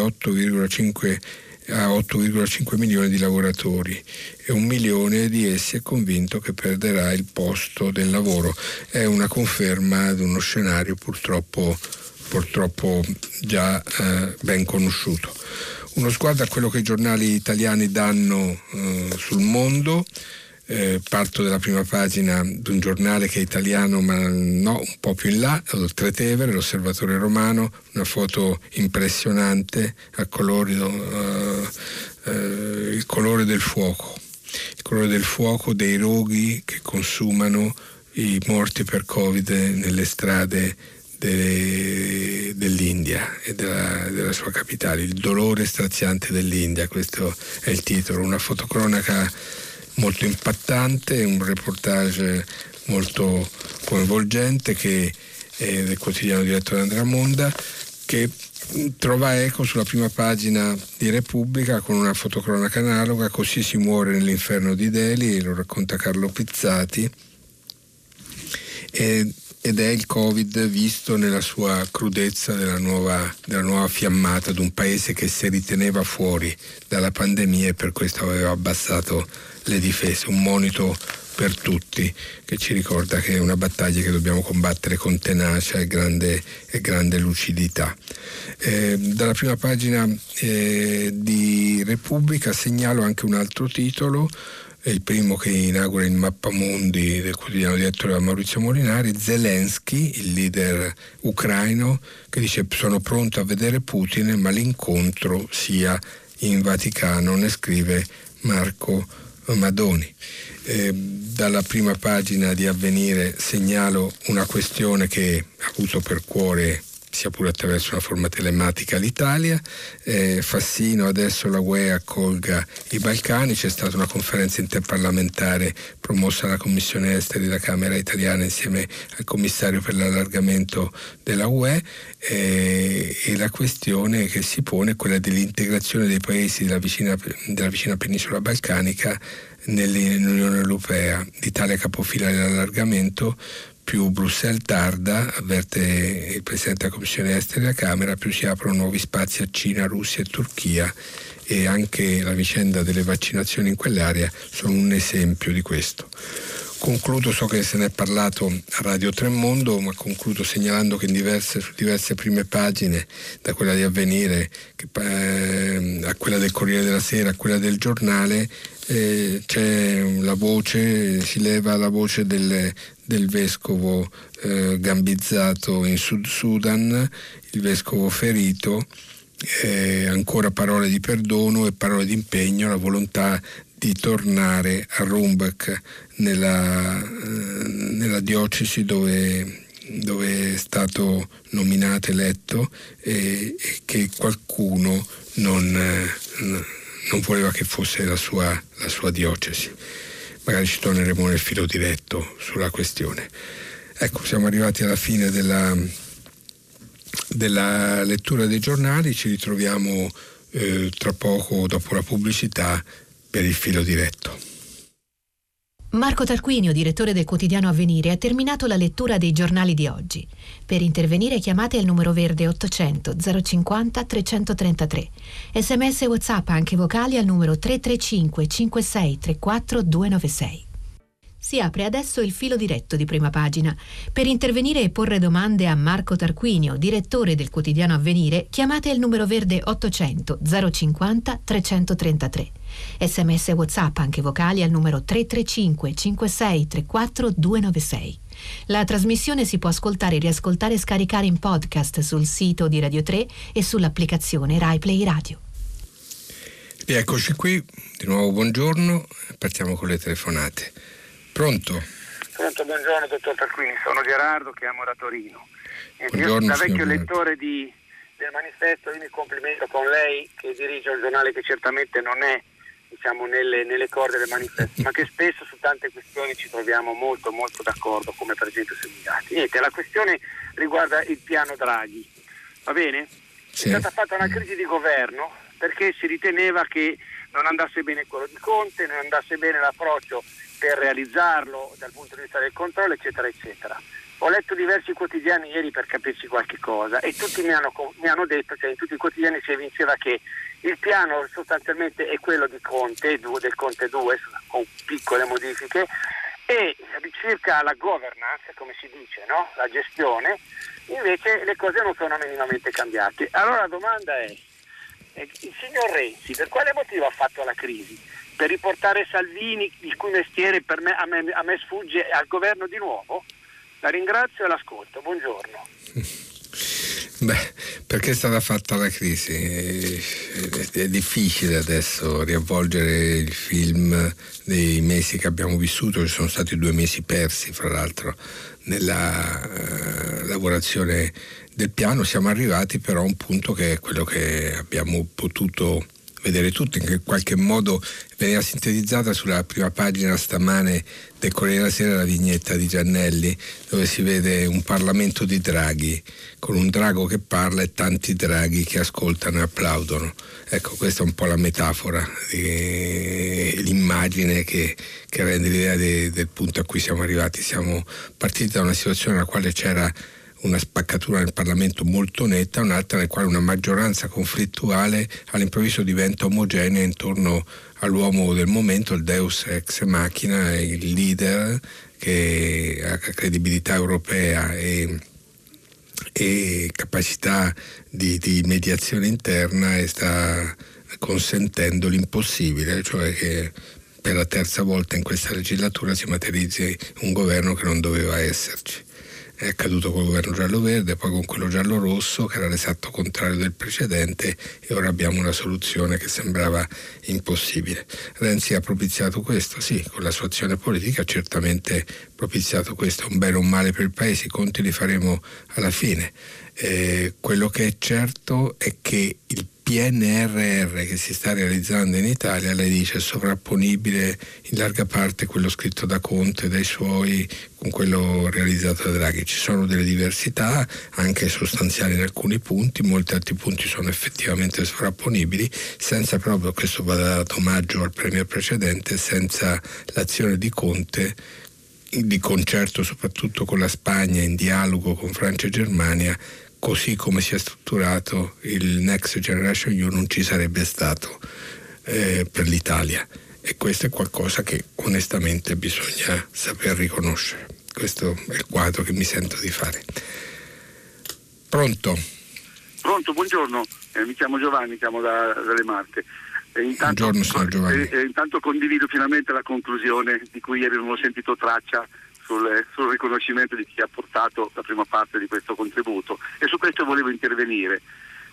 Speaker 2: 8,5 milioni di lavoratori e 1 milione di essi è convinto che perderà il posto del lavoro. È una conferma di uno scenario purtroppo già ben conosciuto. Uno sguardo a quello che i giornali italiani danno sul mondo. Parto dalla prima pagina di un giornale che è italiano, ma no, un po' più in là, Tretevere, l'Osservatore Romano, una foto impressionante a colori, il colore del fuoco, dei roghi che consumano i morti per Covid nelle strade dell'India e della sua capitale. Il dolore straziante dell'India, questo è il titolo, una fotocronaca molto impattante, un reportage molto coinvolgente che è del quotidiano diretto da Andrea Monda, che trova eco sulla prima pagina di Repubblica con una fotocronaca analoga. Così si muore nell'inferno di Delhi, lo racconta Carlo Pizzati, ed è il Covid visto nella sua crudezza della nuova fiammata di un paese che si riteneva fuori dalla pandemia e per questo aveva abbassato le difese. Un monito per tutti che ci ricorda che è una battaglia che dobbiamo combattere con tenacia e grande lucidità. Dalla prima pagina di Repubblica segnalo anche un altro titolo, è il primo che inaugura il mappamondi del quotidiano diretto da Maurizio Molinari. Zelensky, il leader ucraino, che dice: sono pronto a vedere Putin, ma l'incontro sia in Vaticano, ne scrive Marco Madoni. Dalla prima pagina di Avvenire segnalo una questione che ha avuto per cuore, sia pure attraverso una forma telematica, l'Italia. Fassino: adesso la UE accolga i Balcani. C'è stata una conferenza interparlamentare promossa dalla Commissione Esteri della Camera italiana insieme al commissario per l'allargamento della UE, e la questione che si pone è quella dell'integrazione dei paesi della vicina penisola balcanica nell'Unione Europea. L'Italia capofila dell'allargamento, più Bruxelles tarda, avverte il Presidente della Commissione Esteri della Camera, più si aprono nuovi spazi a Cina, Russia e Turchia, e anche la vicenda delle vaccinazioni in quell'area sono un esempio di questo. Concludo, so che se ne è parlato a Radio Tremondo, ma concludo segnalando che su diverse prime pagine, da quella di Avvenire a quella del Corriere della Sera, a quella del Giornale, c'è la voce, si leva la voce del vescovo gambizzato in Sud Sudan, il vescovo ferito, ancora parole di perdono e parole di impegno, la volontà di tornare a Rumbek nella diocesi dove è stato nominato, eletto, e che qualcuno non voleva che fosse la sua diocesi. Magari ci torneremo nel filo diretto sulla questione. Ecco, siamo arrivati alla fine della lettura dei giornali, ci ritroviamo tra poco dopo la pubblicità per il filo diretto.
Speaker 1: Marco Tarquinio, direttore del quotidiano Avvenire, ha terminato la lettura dei giornali di oggi. Per intervenire chiamate il numero verde 800 050 333. SMS e WhatsApp anche vocali al numero 335 56 34 296. Si apre adesso il filo diretto di Prima Pagina. Per intervenire e porre domande a Marco Tarquinio, direttore del quotidiano Avvenire, chiamate il numero verde 800 050 333. SMS e WhatsApp anche vocali al numero 335 56 34 296. La trasmissione si può ascoltare, riascoltare e scaricare in podcast sul sito di Radio 3 e sull'applicazione Rai Play Radio.
Speaker 2: E eccoci qui, di nuovo buongiorno, partiamo con le telefonate. Pronto?
Speaker 3: Pronto, buongiorno dottor Tarquini, sono Gerardo, chiamo da Torino.
Speaker 2: Buongiorno,
Speaker 3: io da vecchio
Speaker 2: signor
Speaker 3: lettore del manifesto, io mi complimento con lei che dirige un giornale che certamente non è, diciamo, nelle corde del manifesto, ma che spesso su tante questioni ci troviamo molto molto d'accordo, come per esempio sui migrati. Niente, la questione riguarda il piano Draghi, va bene?
Speaker 2: Sì.
Speaker 3: È stata fatta una crisi di governo perché si riteneva che non andasse bene quello di Conte, non andasse bene l'approccio per realizzarlo dal punto di vista del controllo, eccetera eccetera. Ho letto diversi quotidiani ieri per capirci qualche cosa e tutti mi hanno detto, cioè in tutti i quotidiani si evinceva che il piano sostanzialmente è quello di Conte, del Conte 2, con piccole modifiche, e circa la governance, come si dice, no? La gestione, invece le cose non sono minimamente cambiate. Allora la domanda è, il signor Renzi per quale motivo ha fatto la crisi? Per riportare Salvini, il cui mestiere a me sfugge, al governo di nuovo? La ringrazio e l'ascolto. Buongiorno.
Speaker 2: Perché è stata fatta la crisi? È difficile adesso riavvolgere il film dei mesi che abbiamo vissuto, ci sono stati 2 mesi persi, fra l'altro, nella lavorazione del piano. Siamo arrivati però a un punto che è quello che abbiamo potuto vedere tutti, in qualche modo veniva sintetizzata sulla prima pagina stamane del Corriere della Sera la vignetta di Giannelli, dove si vede un Parlamento di draghi, con un drago che parla e tanti draghi che ascoltano e applaudono. Ecco, questa è un po' la metafora, l'immagine che rende l'idea del punto a cui siamo arrivati. Siamo partiti da una situazione nella quale c'era una spaccatura nel Parlamento molto netta, un'altra nel quale una maggioranza conflittuale all'improvviso diventa omogenea intorno all'uomo del momento, il deus ex machina, il leader che ha credibilità europea e capacità di mediazione interna e sta consentendo l'impossibile, cioè che per la terza volta in questa legislatura si materializzi un governo che non doveva esserci. È accaduto col governo giallo-verde, poi con quello giallo-rosso che era l'esatto contrario del precedente, e ora abbiamo una soluzione che sembrava impossibile. Renzi ha propiziato questo? Sì, con la sua azione politica ha certamente propiziato questo. Un bene o un male per il paese, i conti li faremo alla fine. Quello che è certo è che il PNRR che si sta realizzando in Italia, lei dice, è sovrapponibile in larga parte quello scritto da Conte, dai suoi, con quello realizzato da Draghi. Ci sono delle diversità anche sostanziali in alcuni punti, molti altri punti sono effettivamente sovrapponibili, senza proprio, questo va dato omaggio al premier precedente, senza l'azione di Conte, di concerto soprattutto con la Spagna, in dialogo con Francia e Germania, così come si è strutturato il Next Generation EU non ci sarebbe stato per l'Italia, e questo è qualcosa che onestamente bisogna saper riconoscere. Questo è il quadro che mi sento di fare. Pronto?
Speaker 4: Pronto, buongiorno, mi chiamo Giovanni, chiamo dalle Marche.
Speaker 2: Buongiorno signor Giovanni.
Speaker 4: Intanto condivido finalmente la conclusione di cui ieri non ho sentito traccia sul riconoscimento di chi ha portato la prima parte di questo contributo, e su questo volevo intervenire.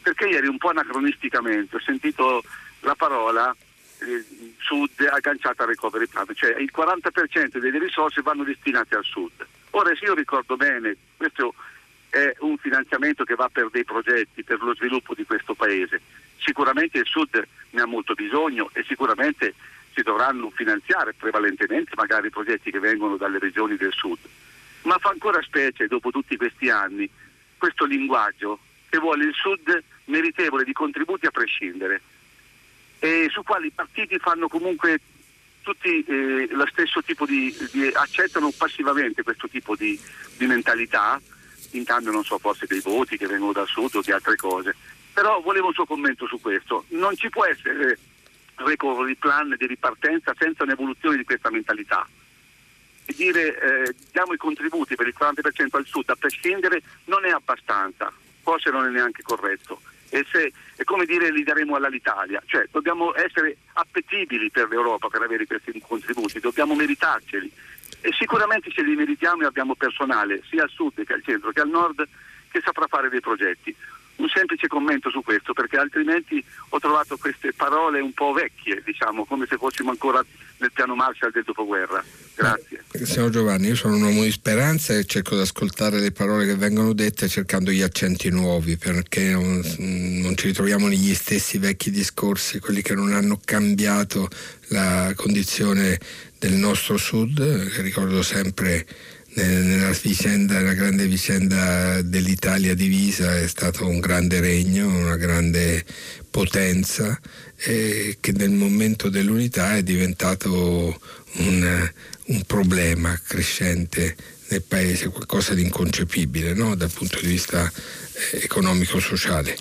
Speaker 4: perché ieri un po' anacronisticamente ho sentito la parola Sud agganciata al recovery plan, cioè il 40% delle risorse vanno destinate al Sud. Ora, se io ricordo bene, questo è un finanziamento che va per dei progetti, per lo sviluppo di questo paese. Sicuramente il Sud ne ha molto bisogno e sicuramente si dovranno finanziare prevalentemente magari progetti che vengono dalle regioni del Sud. Ma fa ancora specie, dopo tutti questi anni, questo linguaggio che vuole il Sud meritevole di contributi a prescindere, e su quali i partiti fanno comunque tutti lo stesso tipo di accettano passivamente questo tipo di mentalità, in cambio non so, forse dei voti che vengono dal Sud o di altre cose. Però volevo un suo commento su questo. Non ci può essere recovery plan di ripartenza senza un'evoluzione di questa mentalità. E dire diamo i contributi per il 40% al Sud a prescindere non è abbastanza, forse non è neanche corretto. E se è come dire li daremo all'Italia, cioè dobbiamo essere appetibili per l'Europa per avere questi contributi, dobbiamo meritarceli, e sicuramente ce li meritiamo e abbiamo personale sia al Sud che al centro che al Nord che saprà fare dei progetti. Un semplice commento su questo, perché altrimenti ho trovato queste parole un po' vecchie, diciamo, come se fossimo ancora nel piano Marshall del dopoguerra. Grazie.
Speaker 2: Signor Giovanni, io sono un uomo di speranza e cerco di ascoltare le parole che vengono dette cercando gli accenti nuovi, perché non ci ritroviamo negli stessi vecchi discorsi, quelli che non hanno cambiato la condizione del nostro Sud, che ricordo sempre nella grande vicenda dell'Italia divisa. È stato un grande regno, una grande potenza, che nel momento dell'unità è diventato un problema crescente nel paese, qualcosa di inconcepibile, no? Dal punto di vista economico-sociale.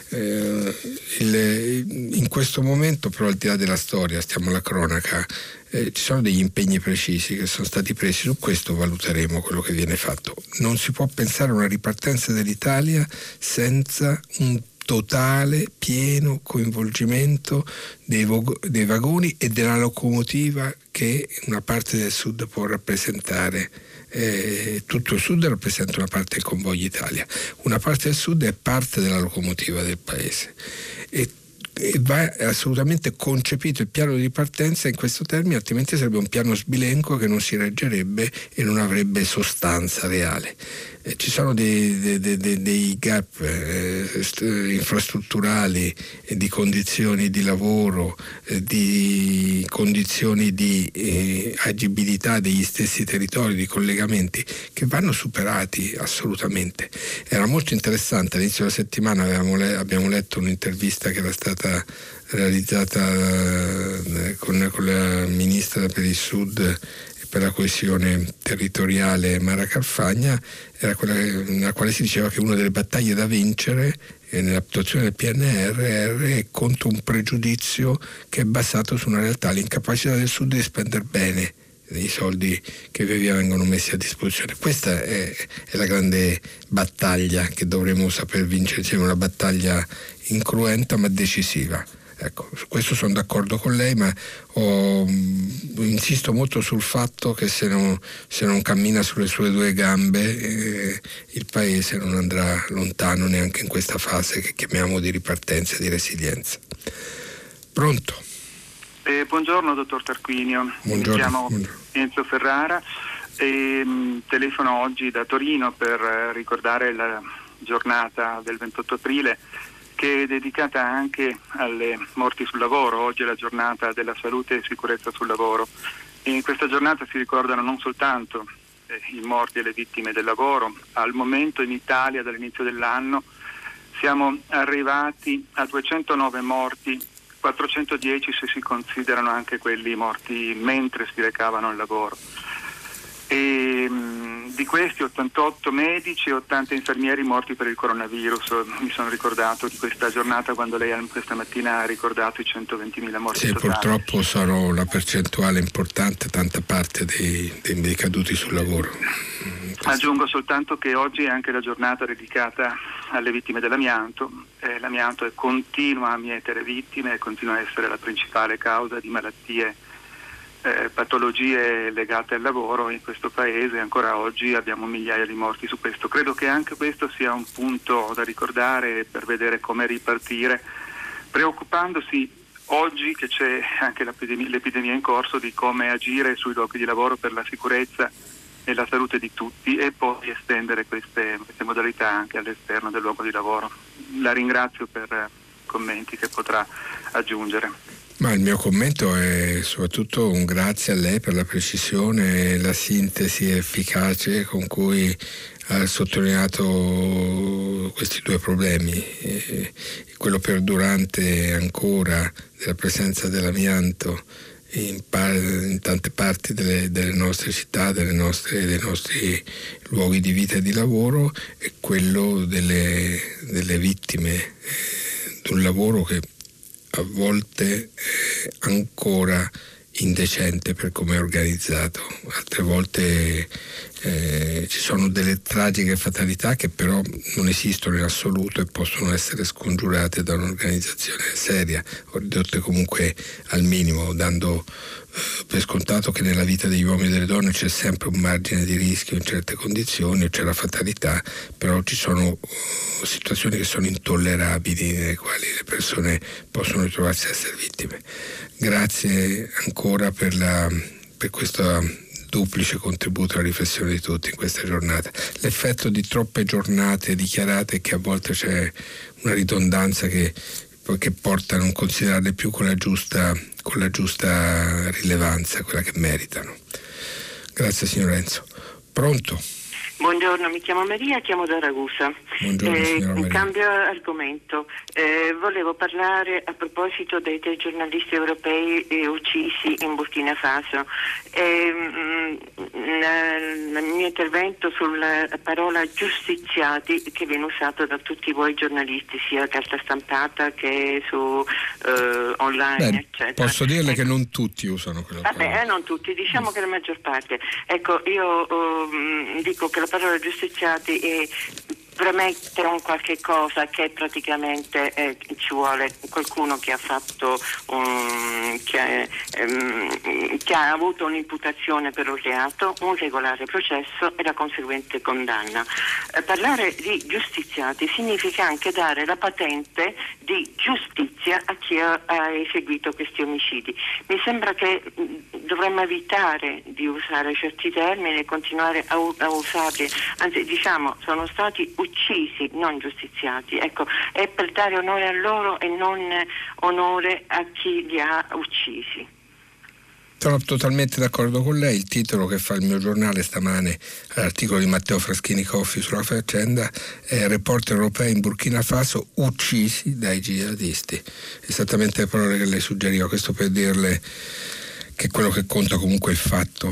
Speaker 2: In questo momento, però, al di là della storia, stiamo alla cronaca, ci sono degli impegni precisi che sono stati presi. Su questo valuteremo quello che viene fatto. Non si può pensare a una ripartenza dell'Italia senza un totale, pieno coinvolgimento dei vagoni e della locomotiva che una parte del Sud può rappresentare. Tutto il Sud rappresenta una parte del convoglio Italia, una parte del Sud è parte della locomotiva del paese, e va assolutamente concepito il piano di ripartenza in questo termine, altrimenti sarebbe un piano sbilenco che non si reggerebbe e non avrebbe sostanza reale. Ci sono dei gap infrastrutturali, di condizioni di lavoro, di condizioni di agibilità degli stessi territori, di collegamenti che vanno superati assolutamente. Era molto interessante, all'inizio della settimana abbiamo letto un'intervista che era stata realizzata con la ministra per il Sud e per la coesione territoriale Mara Carfagna, era quella nella quale si diceva che una delle battaglie da vincere nell'attuazione del PNRR è contro un pregiudizio che è basato su una realtà, l'incapacità del Sud di spendere bene i soldi che via vengono messi a disposizione. Questa è la grande battaglia che dovremo saper vincere insieme, una battaglia incruenta ma decisiva. Ecco, su questo sono d'accordo con lei, ma insisto molto sul fatto che se non cammina sulle sue due gambe il paese non andrà lontano neanche in questa fase che chiamiamo di ripartenza e di resilienza. Pronto?
Speaker 5: Buongiorno dottor Tarquinio.
Speaker 2: Buongiorno.
Speaker 5: Mi chiamo Enzo Ferrara e telefono oggi da Torino per ricordare la giornata del 28 aprile che è dedicata anche alle morti sul lavoro. Oggi è la giornata della salute e sicurezza sul lavoro, e in questa giornata si ricordano non soltanto i morti e le vittime del lavoro. Al momento in Italia dall'inizio dell'anno siamo arrivati a 209 morti, 410 se si considerano anche quelli morti mentre si recavano al lavoro. E di questi 88 medici e 80 infermieri morti per il coronavirus. Mi sono ricordato di questa giornata quando lei questa mattina ha ricordato i 120.000 morti totali.
Speaker 2: Purtroppo sono una percentuale importante, tanta parte dei caduti sul lavoro.
Speaker 5: Aggiungo soltanto che oggi è anche la giornata dedicata alle vittime dell'amianto. L'amianto continua a mietere vittime e continua a essere la principale causa di malattie patologie legate al lavoro in questo paese. Ancora oggi abbiamo migliaia di morti su questo. Credo che anche questo sia un punto da ricordare per vedere come ripartire, preoccupandosi oggi che c'è anche l'epidemia in corso di come agire sui luoghi di lavoro per la sicurezza e la salute di tutti, e poi estendere queste modalità anche all'esterno del luogo di lavoro. La ringrazio per commenti che potrà aggiungere.
Speaker 2: Ma il mio commento è soprattutto un grazie a lei per la precisione e la sintesi efficace con cui ha sottolineato questi due problemi, quello perdurante ancora della presenza dell'amianto in tante parti delle nostre città, dei nostri luoghi di vita e di lavoro, e quello delle vittime di un lavoro che a volte ancora indecente per come è organizzato, altre volte ci sono delle tragiche fatalità che però non esistono in assoluto e possono essere scongiurate da un'organizzazione seria o ridotte comunque al minimo, dando per scontato che nella vita degli uomini e delle donne c'è sempre un margine di rischio in certe condizioni, c'è la fatalità, però ci sono situazioni che sono intollerabili nelle quali le persone possono ritrovarsi a essere vittime. Grazie ancora per questo duplice contributo alla riflessione di tutti in questa giornata. L'effetto di troppe giornate dichiarate è che a volte c'è una ridondanza che porta a non considerarle più con la giusta rilevanza, quella che meritano. Grazie signor Renzo. Pronto?
Speaker 6: Buongiorno, mi chiamo Maria, chiamo da Ragusa.
Speaker 2: Buongiorno signora Maria.
Speaker 6: Cambio argomento. Volevo parlare a proposito dei 3 giornalisti europei uccisi in Burkina Faso. Il mio intervento sulla parola giustiziati, che viene usato da tutti voi giornalisti, sia carta stampata che su online, eccetera.
Speaker 2: Posso dirle che non tutti usano quella parola.
Speaker 6: Vabbè, non tutti, diciamo che la maggior parte. Ecco, io dico che la parola giustiziati è premette un qualche cosa che praticamente ci vuole qualcuno che ha fatto che ha avuto un'imputazione per un reato, un regolare processo e la conseguente condanna. Parlare di giustiziati significa anche dare la patente di giustizia a chi ha eseguito questi omicidi. Mi sembra che dovremmo evitare di usare certi termini e continuare a usarli, anzi diciamo sono stati uccisi, non giustiziati. Ecco, è per dare onore a loro e non onore a chi li ha uccisi.
Speaker 2: Sono totalmente d'accordo con lei. Il titolo che fa il mio giornale stamane all'articolo di Matteo Fraschini Coffi sulla faccenda è "Reporter europei in Burkina Faso uccisi dai jihadisti". Esattamente le parole che lei suggeriva, questo per dirle che quello che conta comunque è il fatto.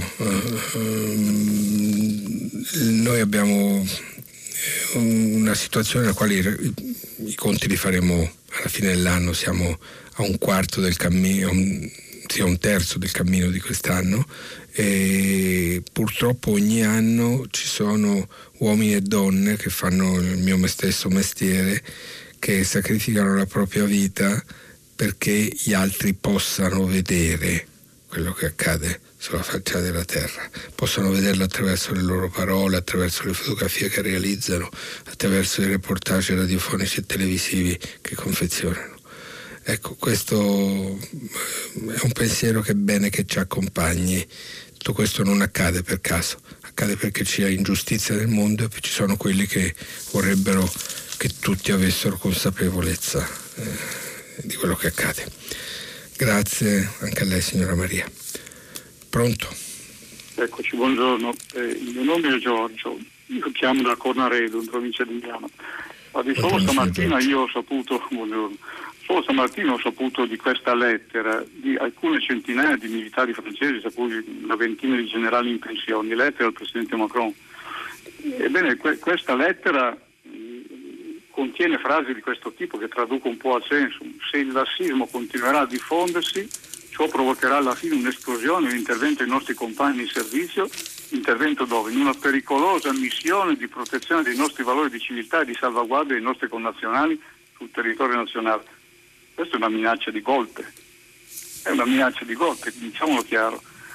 Speaker 2: Noi abbiamo una situazione nella quale i conti li faremo alla fine dell'anno, siamo a un quarto del cammino, sia un terzo del cammino di quest'anno, e purtroppo ogni anno ci sono uomini e donne che fanno il mio stesso mestiere, che sacrificano la propria vita perché gli altri possano vedere quello che accade sulla faccia della terra, possano vederlo attraverso le loro parole, attraverso le fotografie che realizzano, attraverso i reportage radiofonici e televisivi che confezionano. Ecco, questo è un pensiero che è bene che ci accompagni. Tutto questo non accade per caso, accade perché c'è ingiustizia nel mondo e ci sono quelli che vorrebbero che tutti avessero consapevolezza di quello che accade. Grazie anche a lei signora Maria. Pronto?
Speaker 7: Eccoci, buongiorno. Il mio nome è Giorgio, io chiamo da Cornaredo, in provincia di Milano. Solo stamattina io ho saputo, solo stamattina ho saputo di questa lettera di alcune centinaia di militari francesi, una ventina di generali in pensione, lettera al presidente Macron. Ebbene, questa lettera contiene frasi di questo tipo che traduco un po' a senso. Se il lassismo continuerà a diffondersi, ciò provocherà alla fine un'esplosione, un intervento dei nostri compagni in servizio, intervento dove? In una pericolosa missione di protezione dei nostri valori di civiltà e di salvaguardia dei nostri connazionali sul territorio nazionale. Questa è una minaccia di golpe, diciamolo chiaro.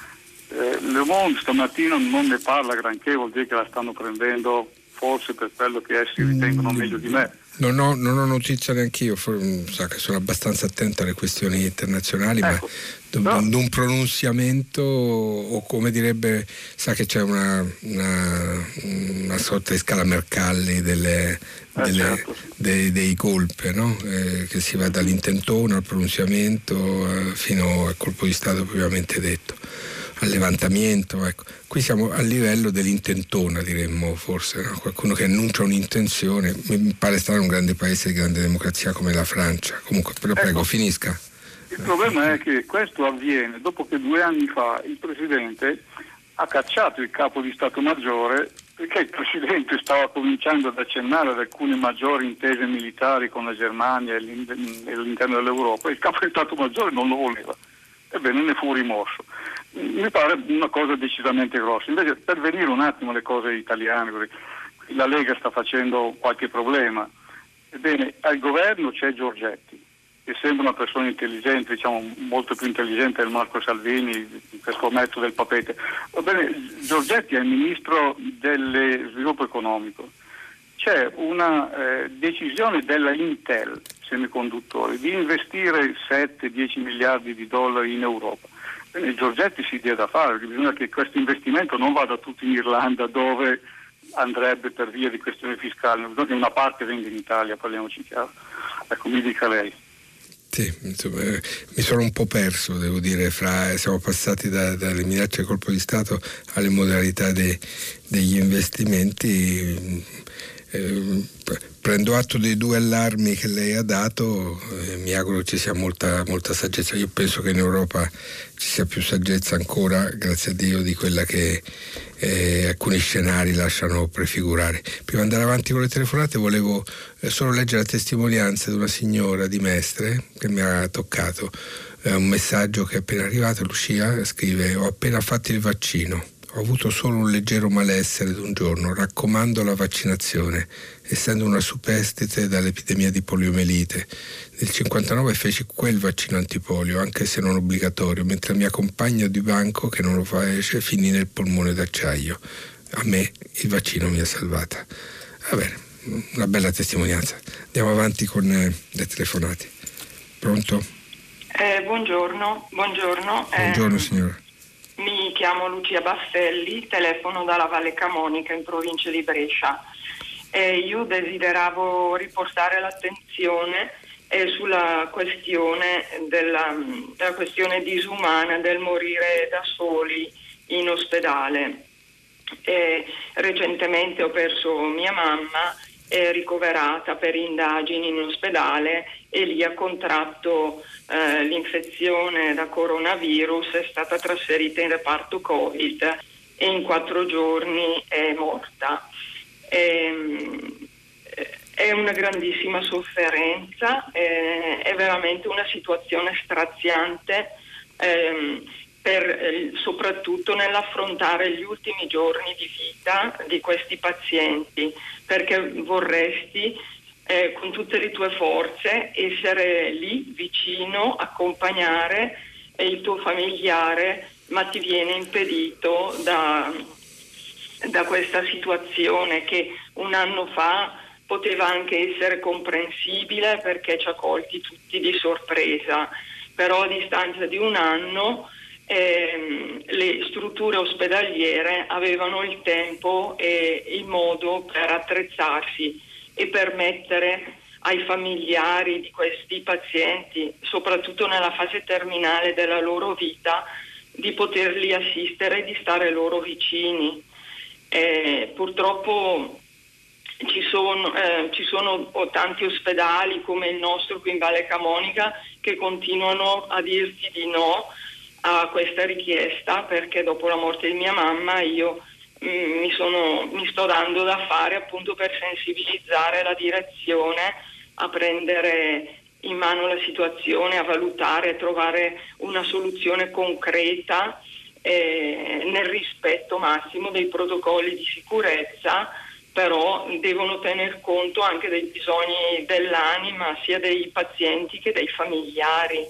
Speaker 7: Le Monde stamattina non ne parla granché, vuol dire che la stanno prendendo forse per quello che essi ritengono meglio di me.
Speaker 2: Non ho notizia neanch'io, sa che sono abbastanza attento alle questioni internazionali,
Speaker 7: ecco,
Speaker 2: ma un pronunziamento, o come direbbe, sa che c'è una sorta di scala Mercalli dei colpe, no? Che si va dall'intentona al pronunziamento fino al colpo di Stato propriamente detto, al levantamento, ecco. Qui siamo a livello dell'intentona, diremmo forse, no? Qualcuno che annuncia un'intenzione. Mi pare strano un grande paese di grande democrazia come la Francia. Comunque, però prego, finisca.
Speaker 7: Il problema è che questo avviene dopo che 2 anni fa il Presidente ha cacciato il capo di Stato Maggiore, perché il Presidente stava cominciando ad accennare ad alcune maggiori intese militari con la Germania e all'interno dell'Europa, e il capo di Stato Maggiore non lo voleva. Ebbene, ne fu rimosso. Mi pare una cosa decisamente grossa. Invece, per venire un attimo alle cose italiane, la Lega sta facendo qualche problema. Ebbene, al governo c'è Giorgetti, che sembra una persona intelligente, diciamo molto più intelligente del Marco Salvini, questo ometto del papete. Va bene, Giorgetti è il ministro dello sviluppo economico. C'è una decisione della Intel semiconduttori di investire 7-10 miliardi di dollari in Europa. Bene, Giorgetti si dia da fare, perché bisogna che questo investimento non vada tutto in Irlanda, dove andrebbe per via di questioni fiscali, bisogna che una parte venga in Italia, parliamoci chiaro. Ecco, mi dica lei.
Speaker 2: Sì, insomma, mi sono un po' perso, devo dire, siamo passati dalle minacce a colpo di Stato alle modalità degli investimenti. Prendo atto dei 2 allarmi che lei ha dato, mi auguro ci sia molta saggezza. Io penso che in Europa ci sia più saggezza ancora, grazie a Dio, di quella che alcuni scenari lasciano prefigurare. Prima di andare avanti con le telefonate volevo solo leggere la testimonianza di una signora di Mestre che mi ha toccato, un messaggio che è appena arrivato. Lucia scrive: ho appena fatto il vaccino. Ho avuto solo un leggero malessere d'un giorno, raccomando la vaccinazione, essendo una superstite dall'epidemia di poliomelite. Nel 1959 feci quel vaccino antipolio, anche se non obbligatorio, mentre la mia compagna di banco, che non lo fece, finì nel polmone d'acciaio. A me il vaccino mi ha salvata. Va bene, una bella testimonianza. Andiamo avanti con le telefonate. Pronto?
Speaker 8: Buongiorno.
Speaker 2: Buongiorno signora.
Speaker 8: Mi chiamo Lucia Baffelli, telefono dalla Valle Camonica in provincia di Brescia. Io desideravo riportare l'attenzione sulla questione della questione disumana del morire da soli in ospedale. Recentemente ho perso mia mamma, è ricoverata per indagini in ospedale e lì ha contratto l'infezione da coronavirus, è stata trasferita in reparto Covid e in 4 giorni è morta. È una grandissima sofferenza, è veramente una situazione straziante, soprattutto nell'affrontare gli ultimi giorni di vita di questi pazienti, perché vorresti con tutte le tue forze essere lì vicino, accompagnare il tuo familiare, ma ti viene impedito da questa situazione che un anno fa poteva anche essere comprensibile perché ci ha colti tutti di sorpresa, però a distanza di un anno le strutture ospedaliere avevano il tempo e il modo per attrezzarsi e permettere ai familiari di questi pazienti, soprattutto nella fase terminale della loro vita, di poterli assistere e di stare loro vicini. Purtroppo ci sono tanti ospedali come il nostro qui in Valle Camonica che continuano a dirti di no a questa richiesta, perché dopo la morte di mia mamma io mi sto dando da fare appunto per sensibilizzare la direzione a prendere in mano la situazione, a valutare, a trovare una soluzione concreta nel rispetto massimo dei protocolli di sicurezza, però devono tener conto anche dei bisogni dell'anima sia dei pazienti che dei familiari.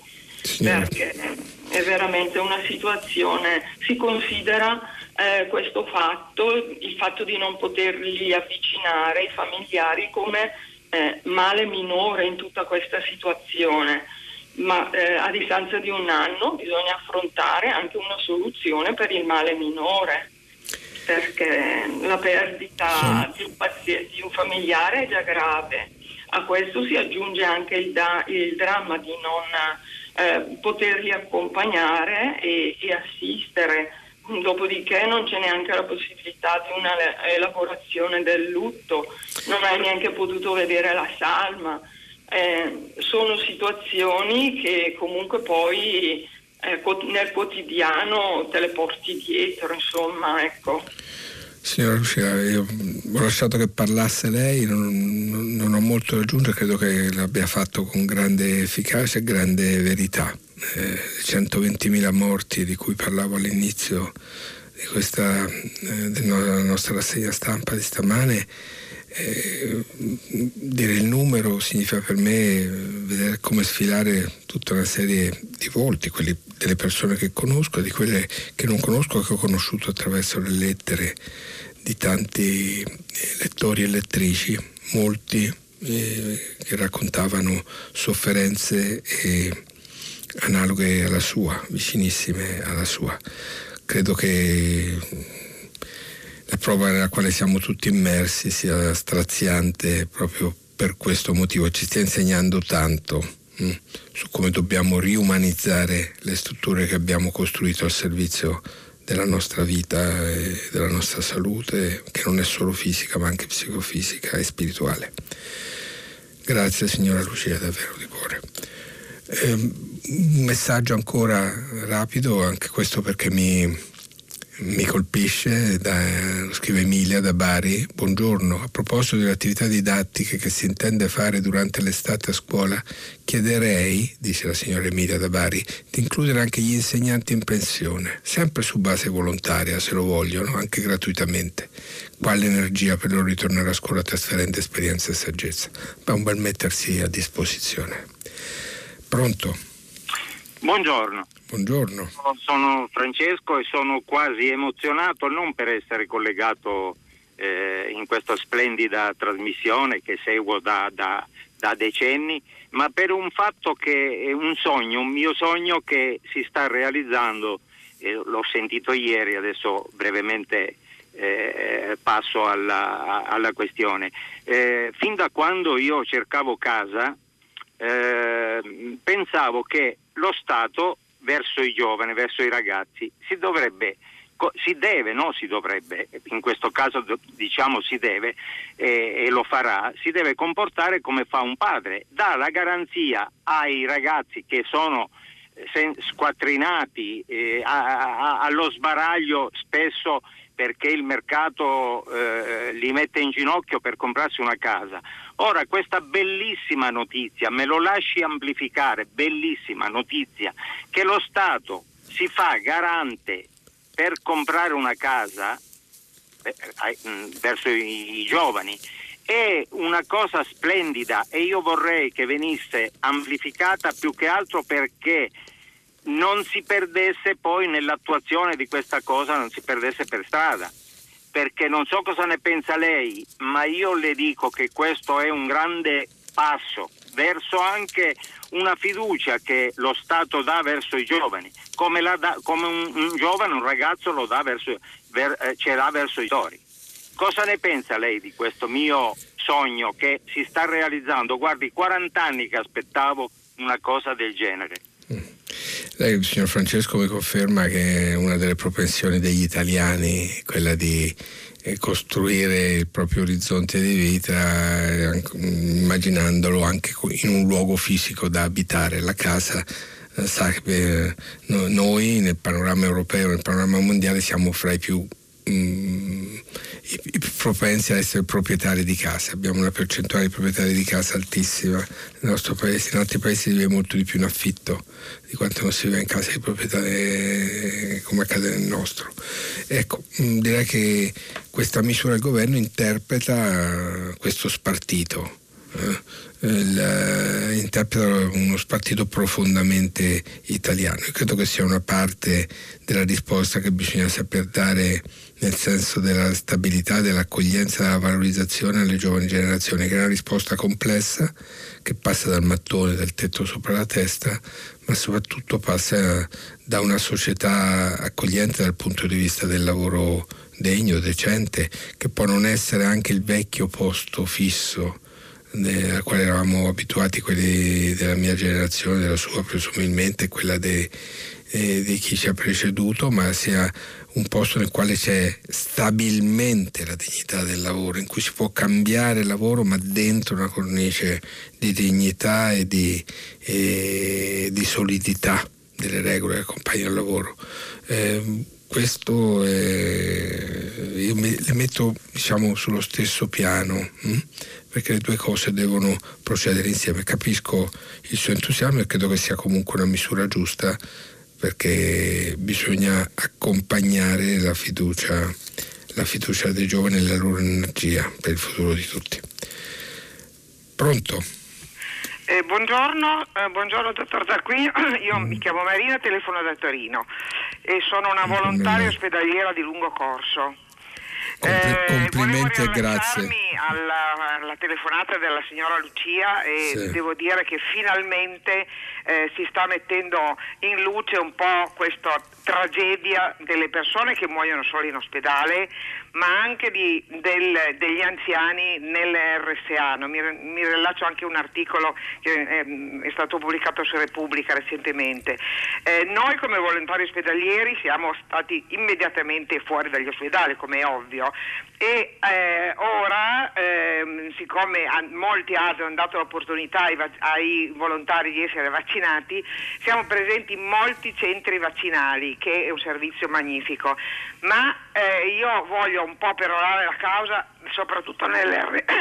Speaker 8: perché è veramente una situazione, si considera questo fatto, il fatto di non poterli avvicinare, i familiari, come male minore in tutta questa situazione, ma a distanza di un anno bisogna affrontare anche una soluzione per il male minore, perché la perdita di un familiare è già grave. A questo si aggiunge anche il dramma di non poterli accompagnare e assistere. Dopodiché non c'è neanche la possibilità di una elaborazione del lutto, non hai neanche potuto vedere la salma. Sono situazioni che comunque poi nel quotidiano te le porti dietro, insomma, ecco.
Speaker 2: Signora Lucia, io ho lasciato che parlasse lei, non ho molto da aggiungere, credo che l'abbia fatto con grande efficacia e grande verità. 120.000 morti di cui parlavo all'inizio di questa della nostra rassegna stampa di stamane, dire il numero significa per me vedere come sfilare tutta una serie di volti, quelli delle persone che conosco e di quelle che non conosco, che ho conosciuto attraverso le lettere di tanti lettori e lettrici, molti che raccontavano sofferenze analoghe alla sua, vicinissime alla sua. Credo che la prova nella quale siamo tutti immersi sia straziante proprio per questo motivo, ci stia insegnando tanto su come dobbiamo riumanizzare le strutture che abbiamo costruito al servizio della nostra vita e della nostra salute, che non è solo fisica ma anche psicofisica e spirituale. Grazie signora Lucia, davvero di cuore. Un messaggio ancora rapido, anche questo perché mi colpisce, lo scrive Emilia da Bari. Buongiorno, a proposito delle attività didattiche che si intende fare durante l'estate a scuola, chiederei, dice la signora Emilia da Bari, di includere anche gli insegnanti in pensione, sempre su base volontaria se lo vogliono, anche gratuitamente. Quale energia per loro ritornare a scuola trasferendo esperienza e saggezza. Beh, un bel mettersi a disposizione. Pronto?
Speaker 9: Buongiorno.
Speaker 2: Buongiorno.
Speaker 9: Sono Francesco e sono quasi emozionato, non per essere collegato in questa splendida trasmissione che seguo da decenni, ma per un fatto che è un mio sogno che si sta realizzando. L'ho sentito ieri, adesso brevemente passo alla questione. Fin da quando io cercavo casa, pensavo che lo Stato verso i giovani, verso i ragazzi, in questo caso diciamo si deve e lo farà, si deve comportare come fa un padre, dà la garanzia ai ragazzi che sono squattrinati allo sbaraglio spesso perché il mercato li mette in ginocchio per comprarsi una casa. Ora questa bellissima notizia, me lo lasci amplificare, bellissima notizia, che lo Stato si fa garante per comprare una casa verso i giovani, è una cosa splendida e io vorrei che venisse amplificata più che altro perché non si perdesse poi nell'attuazione di questa cosa, non si perdesse per strada, perché non so cosa ne pensa lei, ma io le dico che questo è un grande passo verso anche una fiducia che lo Stato dà verso i giovani, come un giovane, un ragazzo lo dà ce l'ha verso i genitori. Cosa ne pensa lei di questo mio sogno che si sta realizzando? Guardi, 40 anni che aspettavo una cosa del genere.
Speaker 2: Lei, signor Francesco, mi conferma che è una delle propensioni degli italiani quella di costruire il proprio orizzonte di vita immaginandolo anche in un luogo fisico da abitare. La casa, sa che noi nel panorama europeo, nel panorama mondiale siamo fra i più propensi a essere proprietari di casa. Abbiamo una percentuale di proprietari di casa altissima nel nostro paese. In altri paesi si vive molto di più in affitto di quanto non si vive in casa di proprietà come accade nel nostro. Ecco, direi che questa misura del governo interpreta questo spartito interpreta uno spartito profondamente italiano. Io credo che sia una parte della risposta che bisogna saper dare, nel senso della stabilità, dell'accoglienza, della valorizzazione alle giovani generazioni, che è una risposta complessa che passa dal mattone, dal tetto sopra la testa, ma soprattutto passa da una società accogliente dal punto di vista del lavoro degno, decente, che può non essere anche il vecchio posto fisso al quale eravamo abituati, quelli della mia generazione, della sua presumibilmente, quella di chi ci ha preceduto, ma sia un posto nel quale c'è stabilmente la dignità del lavoro, in cui si può cambiare il lavoro ma dentro una cornice di dignità e di solidità delle regole che accompagnano il lavoro. Questo io le metto, diciamo, sullo stesso piano, perché le due cose devono procedere insieme. Capisco il suo entusiasmo e credo che sia comunque una misura giusta, perché bisogna accompagnare la fiducia dei giovani e la loro energia per il futuro di tutti. Pronto?
Speaker 10: Buongiorno dottor Tarquinio, io mi chiamo Marina, telefono da Torino e sono una volontaria ospedaliera di lungo corso.
Speaker 2: Complimenti e grazie.
Speaker 10: Alla telefonata della signora Lucia e sì, devo dire che finalmente si sta mettendo in luce un po' questa tragedia delle persone che muoiono solo in ospedale, ma anche degli anziani nelle RSA. Mi rilascio anche un articolo che è stato pubblicato su Repubblica recentemente. Noi come volontari ospedalieri siamo stati immediatamente fuori dagli ospedali, come è ovvio, e ora siccome molti hanno dato l'opportunità ai volontari di essere vaccinati, siamo presenti in molti centri vaccinali, che è un servizio magnifico, ma io voglio un po' perorare la causa soprattutto nelle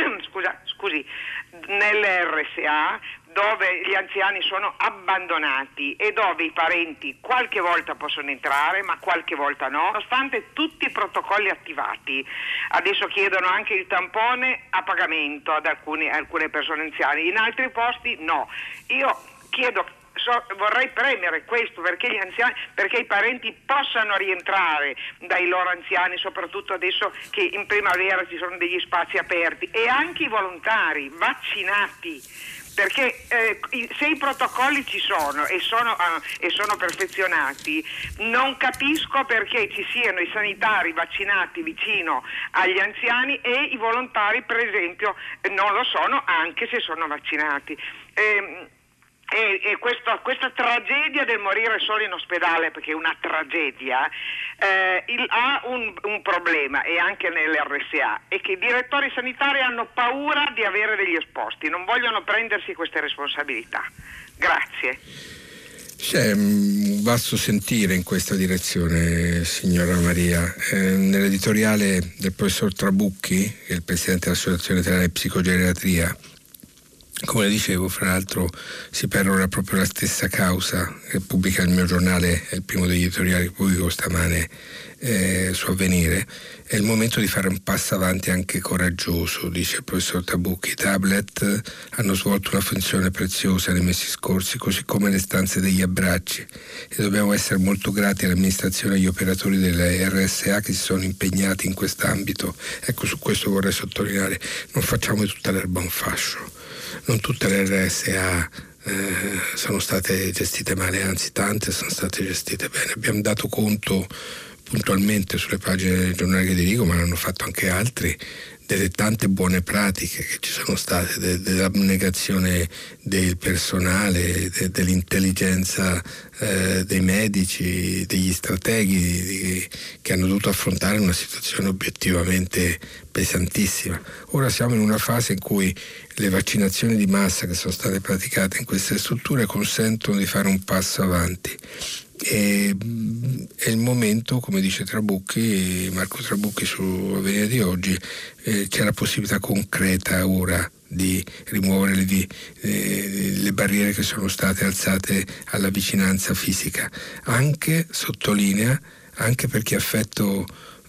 Speaker 10: RSA, dove gli anziani sono abbandonati e dove i parenti qualche volta possono entrare ma qualche volta no, nonostante tutti i protocolli attivati. Adesso chiedono anche il tampone a pagamento ad alcune persone anziane, in altri posti no. Io chiedo, vorrei premere questo perché i parenti possano rientrare dai loro anziani, soprattutto adesso che in primavera ci sono degli spazi aperti, e anche i volontari vaccinati, perché se i protocolli ci sono e sono perfezionati, non capisco perché ci siano i sanitari vaccinati vicino agli anziani e i volontari, per esempio, non lo sono anche se sono vaccinati. E questa tragedia del morire solo in ospedale, perché è una tragedia, ha un problema, e anche nelle RSA, è che i direttori sanitari hanno paura di avere degli esposti, non vogliono prendersi queste responsabilità. Grazie.
Speaker 2: C'è un vasto sentire in questa direzione, signora Maria. Nell'editoriale del professor Trabucchi, che è il presidente dell'Associazione Italiana di Psicogeriatria, come le dicevo, fra l'altro si perora proprio la stessa causa che pubblica il mio giornale, è il primo degli editoriali che pubblico stamane su Avvenire. È il momento di fare un passo avanti anche coraggioso, dice il professor Trabucchi. I tablet hanno svolto una funzione preziosa nei mesi scorsi, così come le stanze degli abbracci, e dobbiamo essere molto grati all'amministrazione e agli operatori delle RSA che si sono impegnati in quest'ambito. Ecco, su questo vorrei sottolineare, non facciamo tutta l'erba un fascio. Non tutte le RSA sono state gestite male, anzi tante sono state gestite bene. Abbiamo dato conto puntualmente sulle pagine del giornale che dirigo, ma l'hanno fatto anche altri, delle tante buone pratiche che ci sono state, dell'abnegazione del personale, dell'intelligenza dei medici, degli strateghi che hanno dovuto affrontare una situazione obiettivamente pesantissima. Ora siamo in una fase in cui le vaccinazioni di massa che sono state praticate in queste strutture consentono di fare un passo avanti. E è il momento, come dice Marco Trabucchi su Avvenire di oggi, c'è la possibilità concreta ora di rimuovere le barriere che sono state alzate alla vicinanza fisica, anche, sottolinea, anche per chi è affetto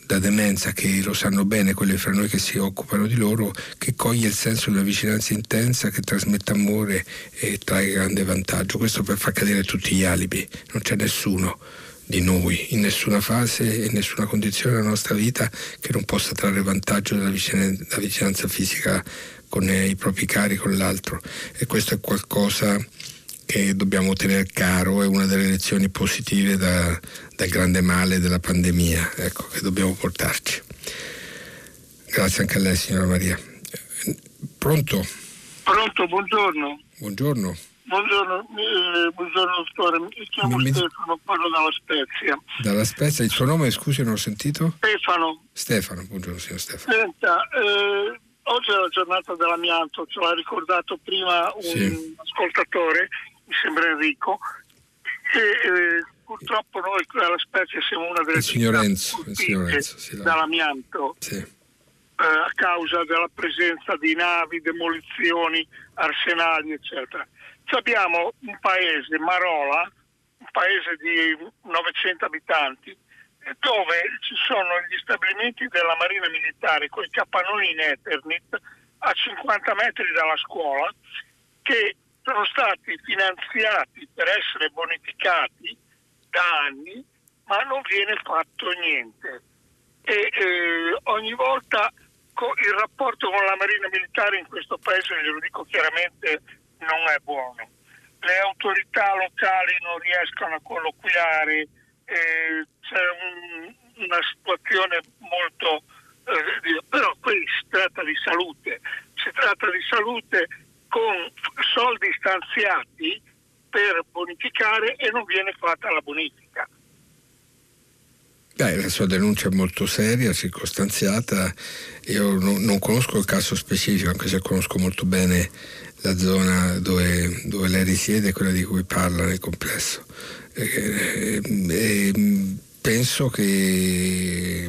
Speaker 2: da demenza, che lo sanno bene quelli fra noi che si occupano di loro, che coglie il senso di una vicinanza intensa, che trasmette amore e trae grande vantaggio. Questo per far cadere tutti gli alibi. Non c'è nessuno di noi in nessuna fase e in nessuna condizione della nostra vita che non possa trarre vantaggio dalla vicinanza fisica con i propri cari, con l'altro, e questo è qualcosa che dobbiamo tenere caro, è una delle lezioni positive dal grande male della pandemia, ecco, che dobbiamo portarci. Grazie anche a lei, signora Maria. Pronto?
Speaker 7: Pronto, buongiorno.
Speaker 2: Buongiorno.
Speaker 7: Buongiorno dottore, mi chiamo Stefano, parlo dalla Spezia.
Speaker 2: Dalla Spezia, il suo nome, scusi, non ho sentito?
Speaker 7: Stefano,
Speaker 2: buongiorno signor Stefano.
Speaker 7: Senta, oggi è la giornata dell'amianto, ce l'ha ricordato prima un ascoltatore, mi sembra Enrico, e purtroppo noi alla Spezia siamo una delle città colpite dall'amianto, a causa della presenza di navi, demolizioni, arsenali, eccetera. Abbiamo un paese, Marola, un paese di 900 abitanti, dove ci sono gli stabilimenti della Marina Militare con i capannoni in Eternit a 50 metri dalla scuola, che sono stati finanziati per essere bonificati da anni, ma non viene fatto niente. E ogni volta il rapporto con la Marina Militare in questo paese, glielo dico chiaramente, non è buono. Le autorità locali non riescono a colloquiare, c'è una situazione molto però qui si tratta di salute con soldi stanziati per bonificare e non viene fatta la bonifica.
Speaker 2: La sua denuncia è molto seria, circostanziata. Io non conosco il caso specifico, anche se conosco molto bene la zona dove lei risiede, quella di cui parla nel complesso. Penso che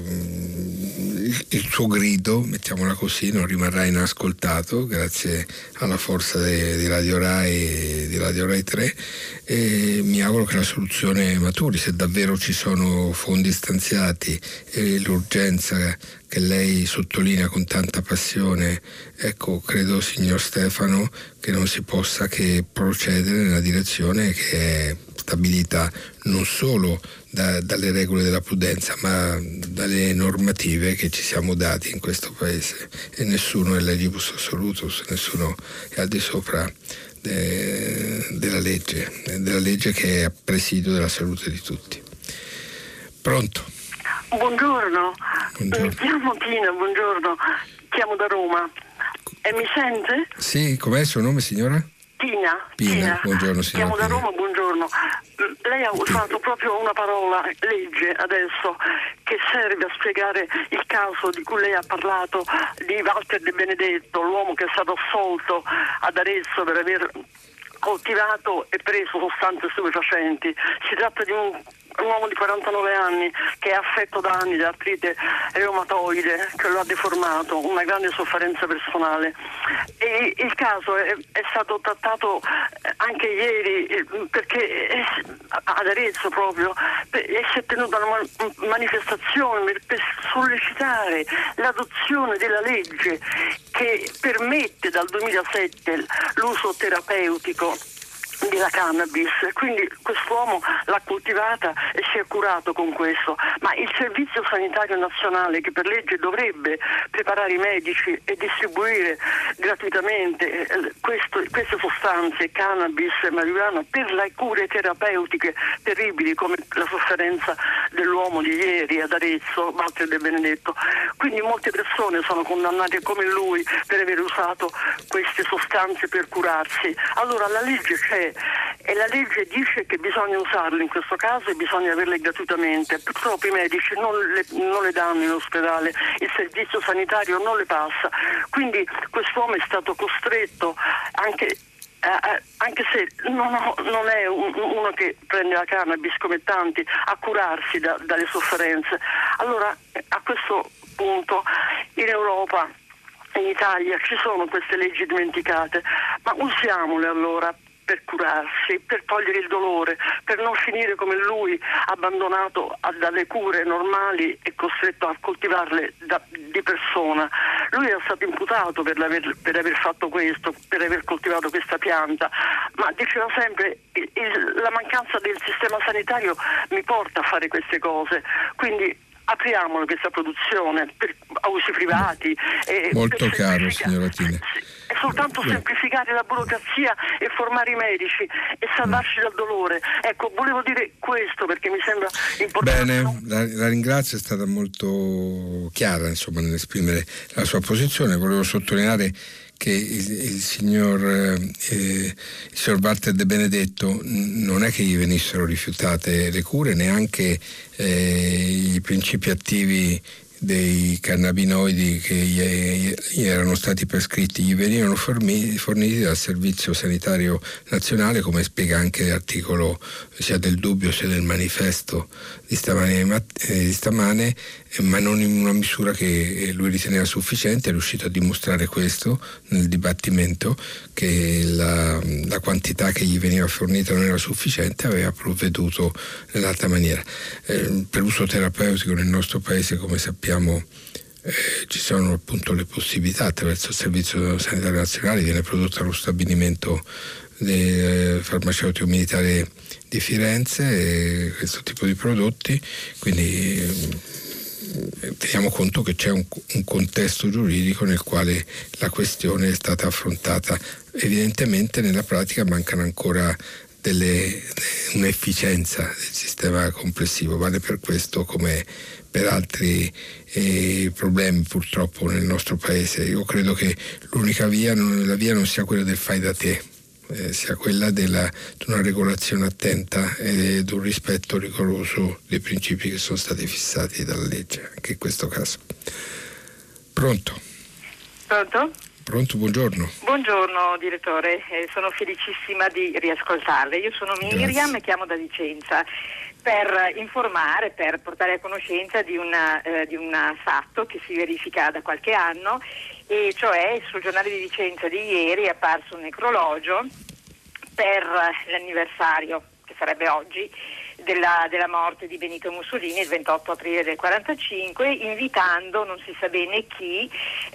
Speaker 2: il suo grido, mettiamola così, non rimarrà inascoltato grazie alla forza di Radio Rai e di Radio Rai 3, e mi auguro che la soluzione maturi, se davvero ci sono fondi stanziati e l'urgenza che lei sottolinea con tanta passione. Ecco, credo, signor Stefano, che non si possa che procedere nella direzione che è stabilita non solo dalle regole della prudenza, ma dalle normative che ci siamo dati in questo paese, e nessuno è legibus assolutus, nessuno è al di sopra della legge che è a presidio della salute di tutti. Pronto?
Speaker 11: Buongiorno. Mi chiamo Tina, buongiorno, chiamo da Roma. E mi sente?
Speaker 2: Sì, com'è il suo nome, signora?
Speaker 11: Tina.
Speaker 2: Buongiorno, signora.
Speaker 11: Chiamo da Roma, buongiorno. Lei ha usato proprio una parola, legge, adesso, che serve a spiegare il caso di cui lei ha parlato, di Walter De Benedetto, l'uomo che è stato assolto ad Arezzo per aver coltivato e preso sostanze stupefacenti. Si tratta di un uomo di 49 anni che è affetto da anni da artrite reumatoide che lo ha deformato, una grande sofferenza personale, e il caso è stato trattato anche ieri perché ad Arezzo proprio si è tenuta una manifestazione per sollecitare l'adozione della legge che permette dal 2007 l'uso terapeutico della cannabis. Quindi quest'uomo l'ha coltivata e si è curato con questo, ma il Servizio Sanitario Nazionale, che per legge dovrebbe preparare i medici e distribuire gratuitamente queste sostanze, cannabis e marijuana, per le cure terapeutiche terribili come la sofferenza dell'uomo di ieri ad Arezzo, Walter De Benedetto. Quindi molte persone sono condannate come lui per aver usato queste sostanze per curarsi. Allora la legge c'è e la legge dice che bisogna usarle in questo caso e bisogna averle gratuitamente. Purtroppo i medici non le danno in ospedale, il servizio sanitario non le passa, quindi quest'uomo è stato costretto, anche se non è uno che prende la cannabis come tanti, a curarsi dalle sofferenze. Allora a questo punto in Europa, in Italia ci sono queste leggi dimenticate, ma usiamole allora per curarsi, per togliere il dolore, per non finire come lui, abbandonato dalle cure normali e costretto a coltivarle di persona. Lui è stato imputato per aver fatto questo, per aver coltivato questa pianta, ma diceva sempre la mancanza del sistema sanitario mi porta a fare queste cose, quindi apriamolo questa produzione a usi privati.
Speaker 2: Molto caro, signora Tine.
Speaker 11: È soltanto semplificare la burocrazia e formare i medici e salvarci dal dolore. Ecco, volevo dire questo perché mi sembra importante.
Speaker 2: Bene, la ringrazio, è stata molto chiara, insomma, nell'esprimere la sua posizione. Volevo sottolineare che il signor Walter De Benedetto non è che gli venissero rifiutate le cure, neanche i principi attivi dei cannabinoidi che gli erano stati prescritti gli venivano forniti dal Servizio Sanitario Nazionale, come spiega anche l'articolo sia del Dubbio sia del Manifesto di stamane, ma non in una misura che lui riteneva sufficiente. È riuscito a dimostrare questo nel dibattimento, che la quantità che gli veniva fornita non era sufficiente, aveva provveduto nell'altra maniera. Per uso terapeutico nel nostro paese, come sappiamo, ci sono appunto le possibilità. Attraverso il Servizio Sanitario Nazionale viene prodotto allo stabilimento del farmaceutico militare di Firenze questo tipo di prodotti, quindi teniamo conto che c'è un contesto giuridico nel quale la questione è stata affrontata. Evidentemente nella pratica mancano ancora un'efficienza del sistema complessivo. Vale per questo come per altri problemi purtroppo nel nostro paese. Io credo che l'unica via non sia quella del fai da te, sia quella di una regolazione attenta e di un rispetto rigoroso dei principi che sono stati fissati dalla legge, anche in questo caso. Pronto?
Speaker 12: Pronto?
Speaker 2: Pronto, buongiorno.
Speaker 12: Buongiorno direttore, sono felicissima di riascoltarle. Io sono Miriam e chiamo da Vicenza per informare, per portare a conoscenza di un fatto che si verifica da qualche anno, e cioè sul giornale di Vicenza di ieri è apparso un necrologio per l'anniversario, che sarebbe oggi, della morte di Benito Mussolini il 28 aprile del 45, invitando non si sa bene chi,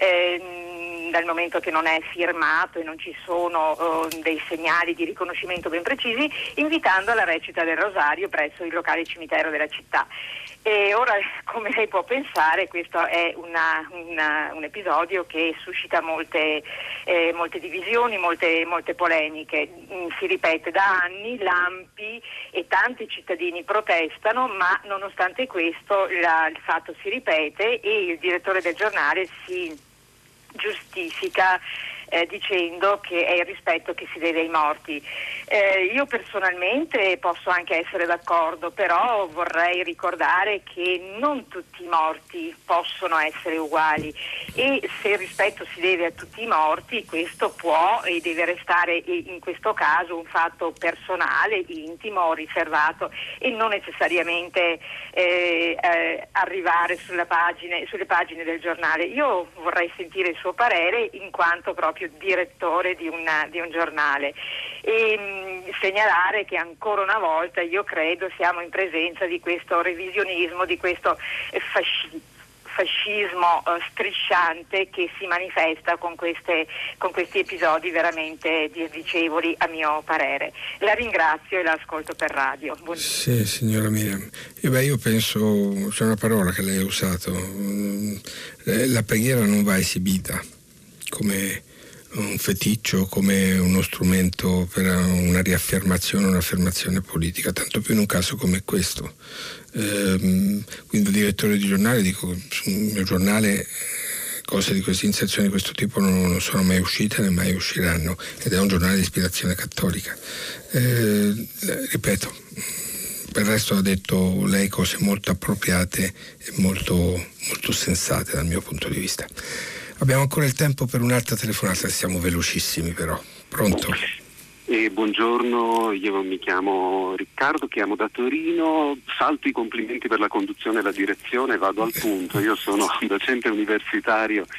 Speaker 12: dal momento che non è firmato e non ci sono dei segnali di riconoscimento ben precisi, invitando alla recita del rosario presso il locale cimitero della città. E ora, come lei può pensare, questo è un episodio che suscita molte divisioni, molte polemiche. Si ripete da anni, l'ANPI e tanti cittadini protestano, ma nonostante questo il fatto si ripete e il direttore del giornale si giustifica dicendo che è il rispetto che si deve ai morti. Io personalmente posso anche essere d'accordo, però vorrei ricordare che non tutti i morti possono essere uguali, e se il rispetto si deve a tutti i morti, questo può e deve restare in questo caso un fatto personale, intimo, riservato, e non necessariamente arrivare sulle pagine del giornale. Io vorrei sentire il suo parere in quanto proprio direttore di un giornale, e segnalare che ancora una volta io credo siamo in presenza di questo revisionismo, di questo fascismo strisciante che si manifesta con questi episodi veramente disdicevoli a mio parere. La ringrazio e la ascolto per radio.
Speaker 2: Sì, signora Miriam. Io penso, c'è una parola che lei ha usato, la preghiera non va esibita come un feticcio, come uno strumento per una riaffermazione, un'affermazione politica, tanto più in un caso come questo. Quindi il direttore di giornale, dico, sul mio giornale cose di questa inserzione di questo tipo non sono mai uscite né mai usciranno, ed è un giornale di ispirazione cattolica. Ripeto, per il resto ha detto lei cose molto appropriate e molto, molto sensate dal mio punto di vista. Abbiamo ancora il tempo per un'altra telefonata, siamo velocissimi però. Pronto?
Speaker 13: Buongiorno, io mi chiamo Riccardo, chiamo da Torino, salto i complimenti per la conduzione e la direzione, vado al punto. Io sono un docente universitario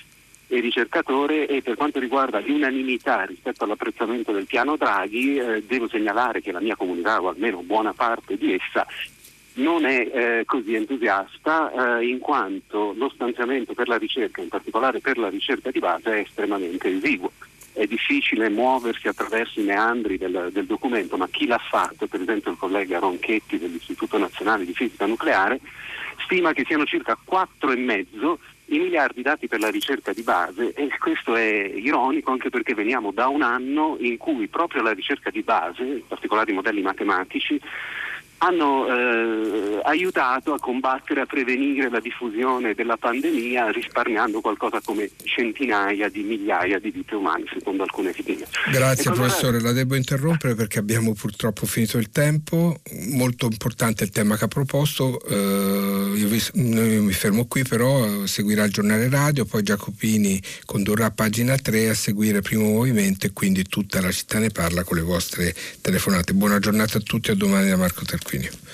Speaker 13: e ricercatore, e per quanto riguarda l'unanimità rispetto all'apprezzamento del piano Draghi, devo segnalare che la mia comunità, o almeno buona parte di essa, non è così entusiasta, in quanto lo stanziamento per la ricerca, in particolare per la ricerca di base, è estremamente esiguo. È difficile muoversi attraverso i meandri del documento, ma chi l'ha fatto, per esempio il collega Ronchetti dell'Istituto Nazionale di Fisica Nucleare, stima che siano circa 4,5 i miliardi dati per la ricerca di base, e questo è ironico anche perché veniamo da un anno in cui proprio la ricerca di base, in particolare i modelli matematici, hanno aiutato a combattere, a prevenire la diffusione della pandemia, risparmiando qualcosa come centinaia di migliaia di vite umane, secondo alcune stime.
Speaker 2: Grazie professore, la devo interrompere perché abbiamo purtroppo finito il tempo. Molto importante il tema che ha proposto. Io mi fermo qui, però seguirà il giornale radio, poi Giacopini condurrà Pagina 3, a seguire Primo Movimento e quindi Tutta la città ne parla con le vostre telefonate. Buona giornata a tutti, a domani da Marco Tarquinio.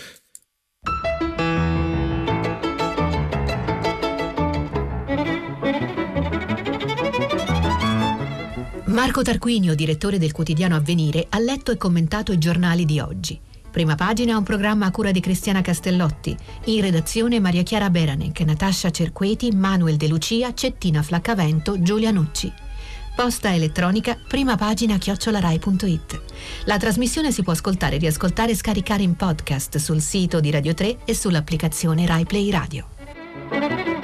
Speaker 1: Marco Tarquinio, direttore del quotidiano Avvenire, ha letto e commentato i giornali di oggi. Prima Pagina è un programma a cura di Cristiana Castellotti. In redazione Maria Chiara Beranec, Natascia Cerqueti, Manuel De Lucia, Cettina Flaccavento, Giulia Nucci. Posta elettronica primapagina@rai.it. La trasmissione si può ascoltare, riascoltare e scaricare in podcast sul sito di Radio 3 e sull'applicazione Rai Play Radio.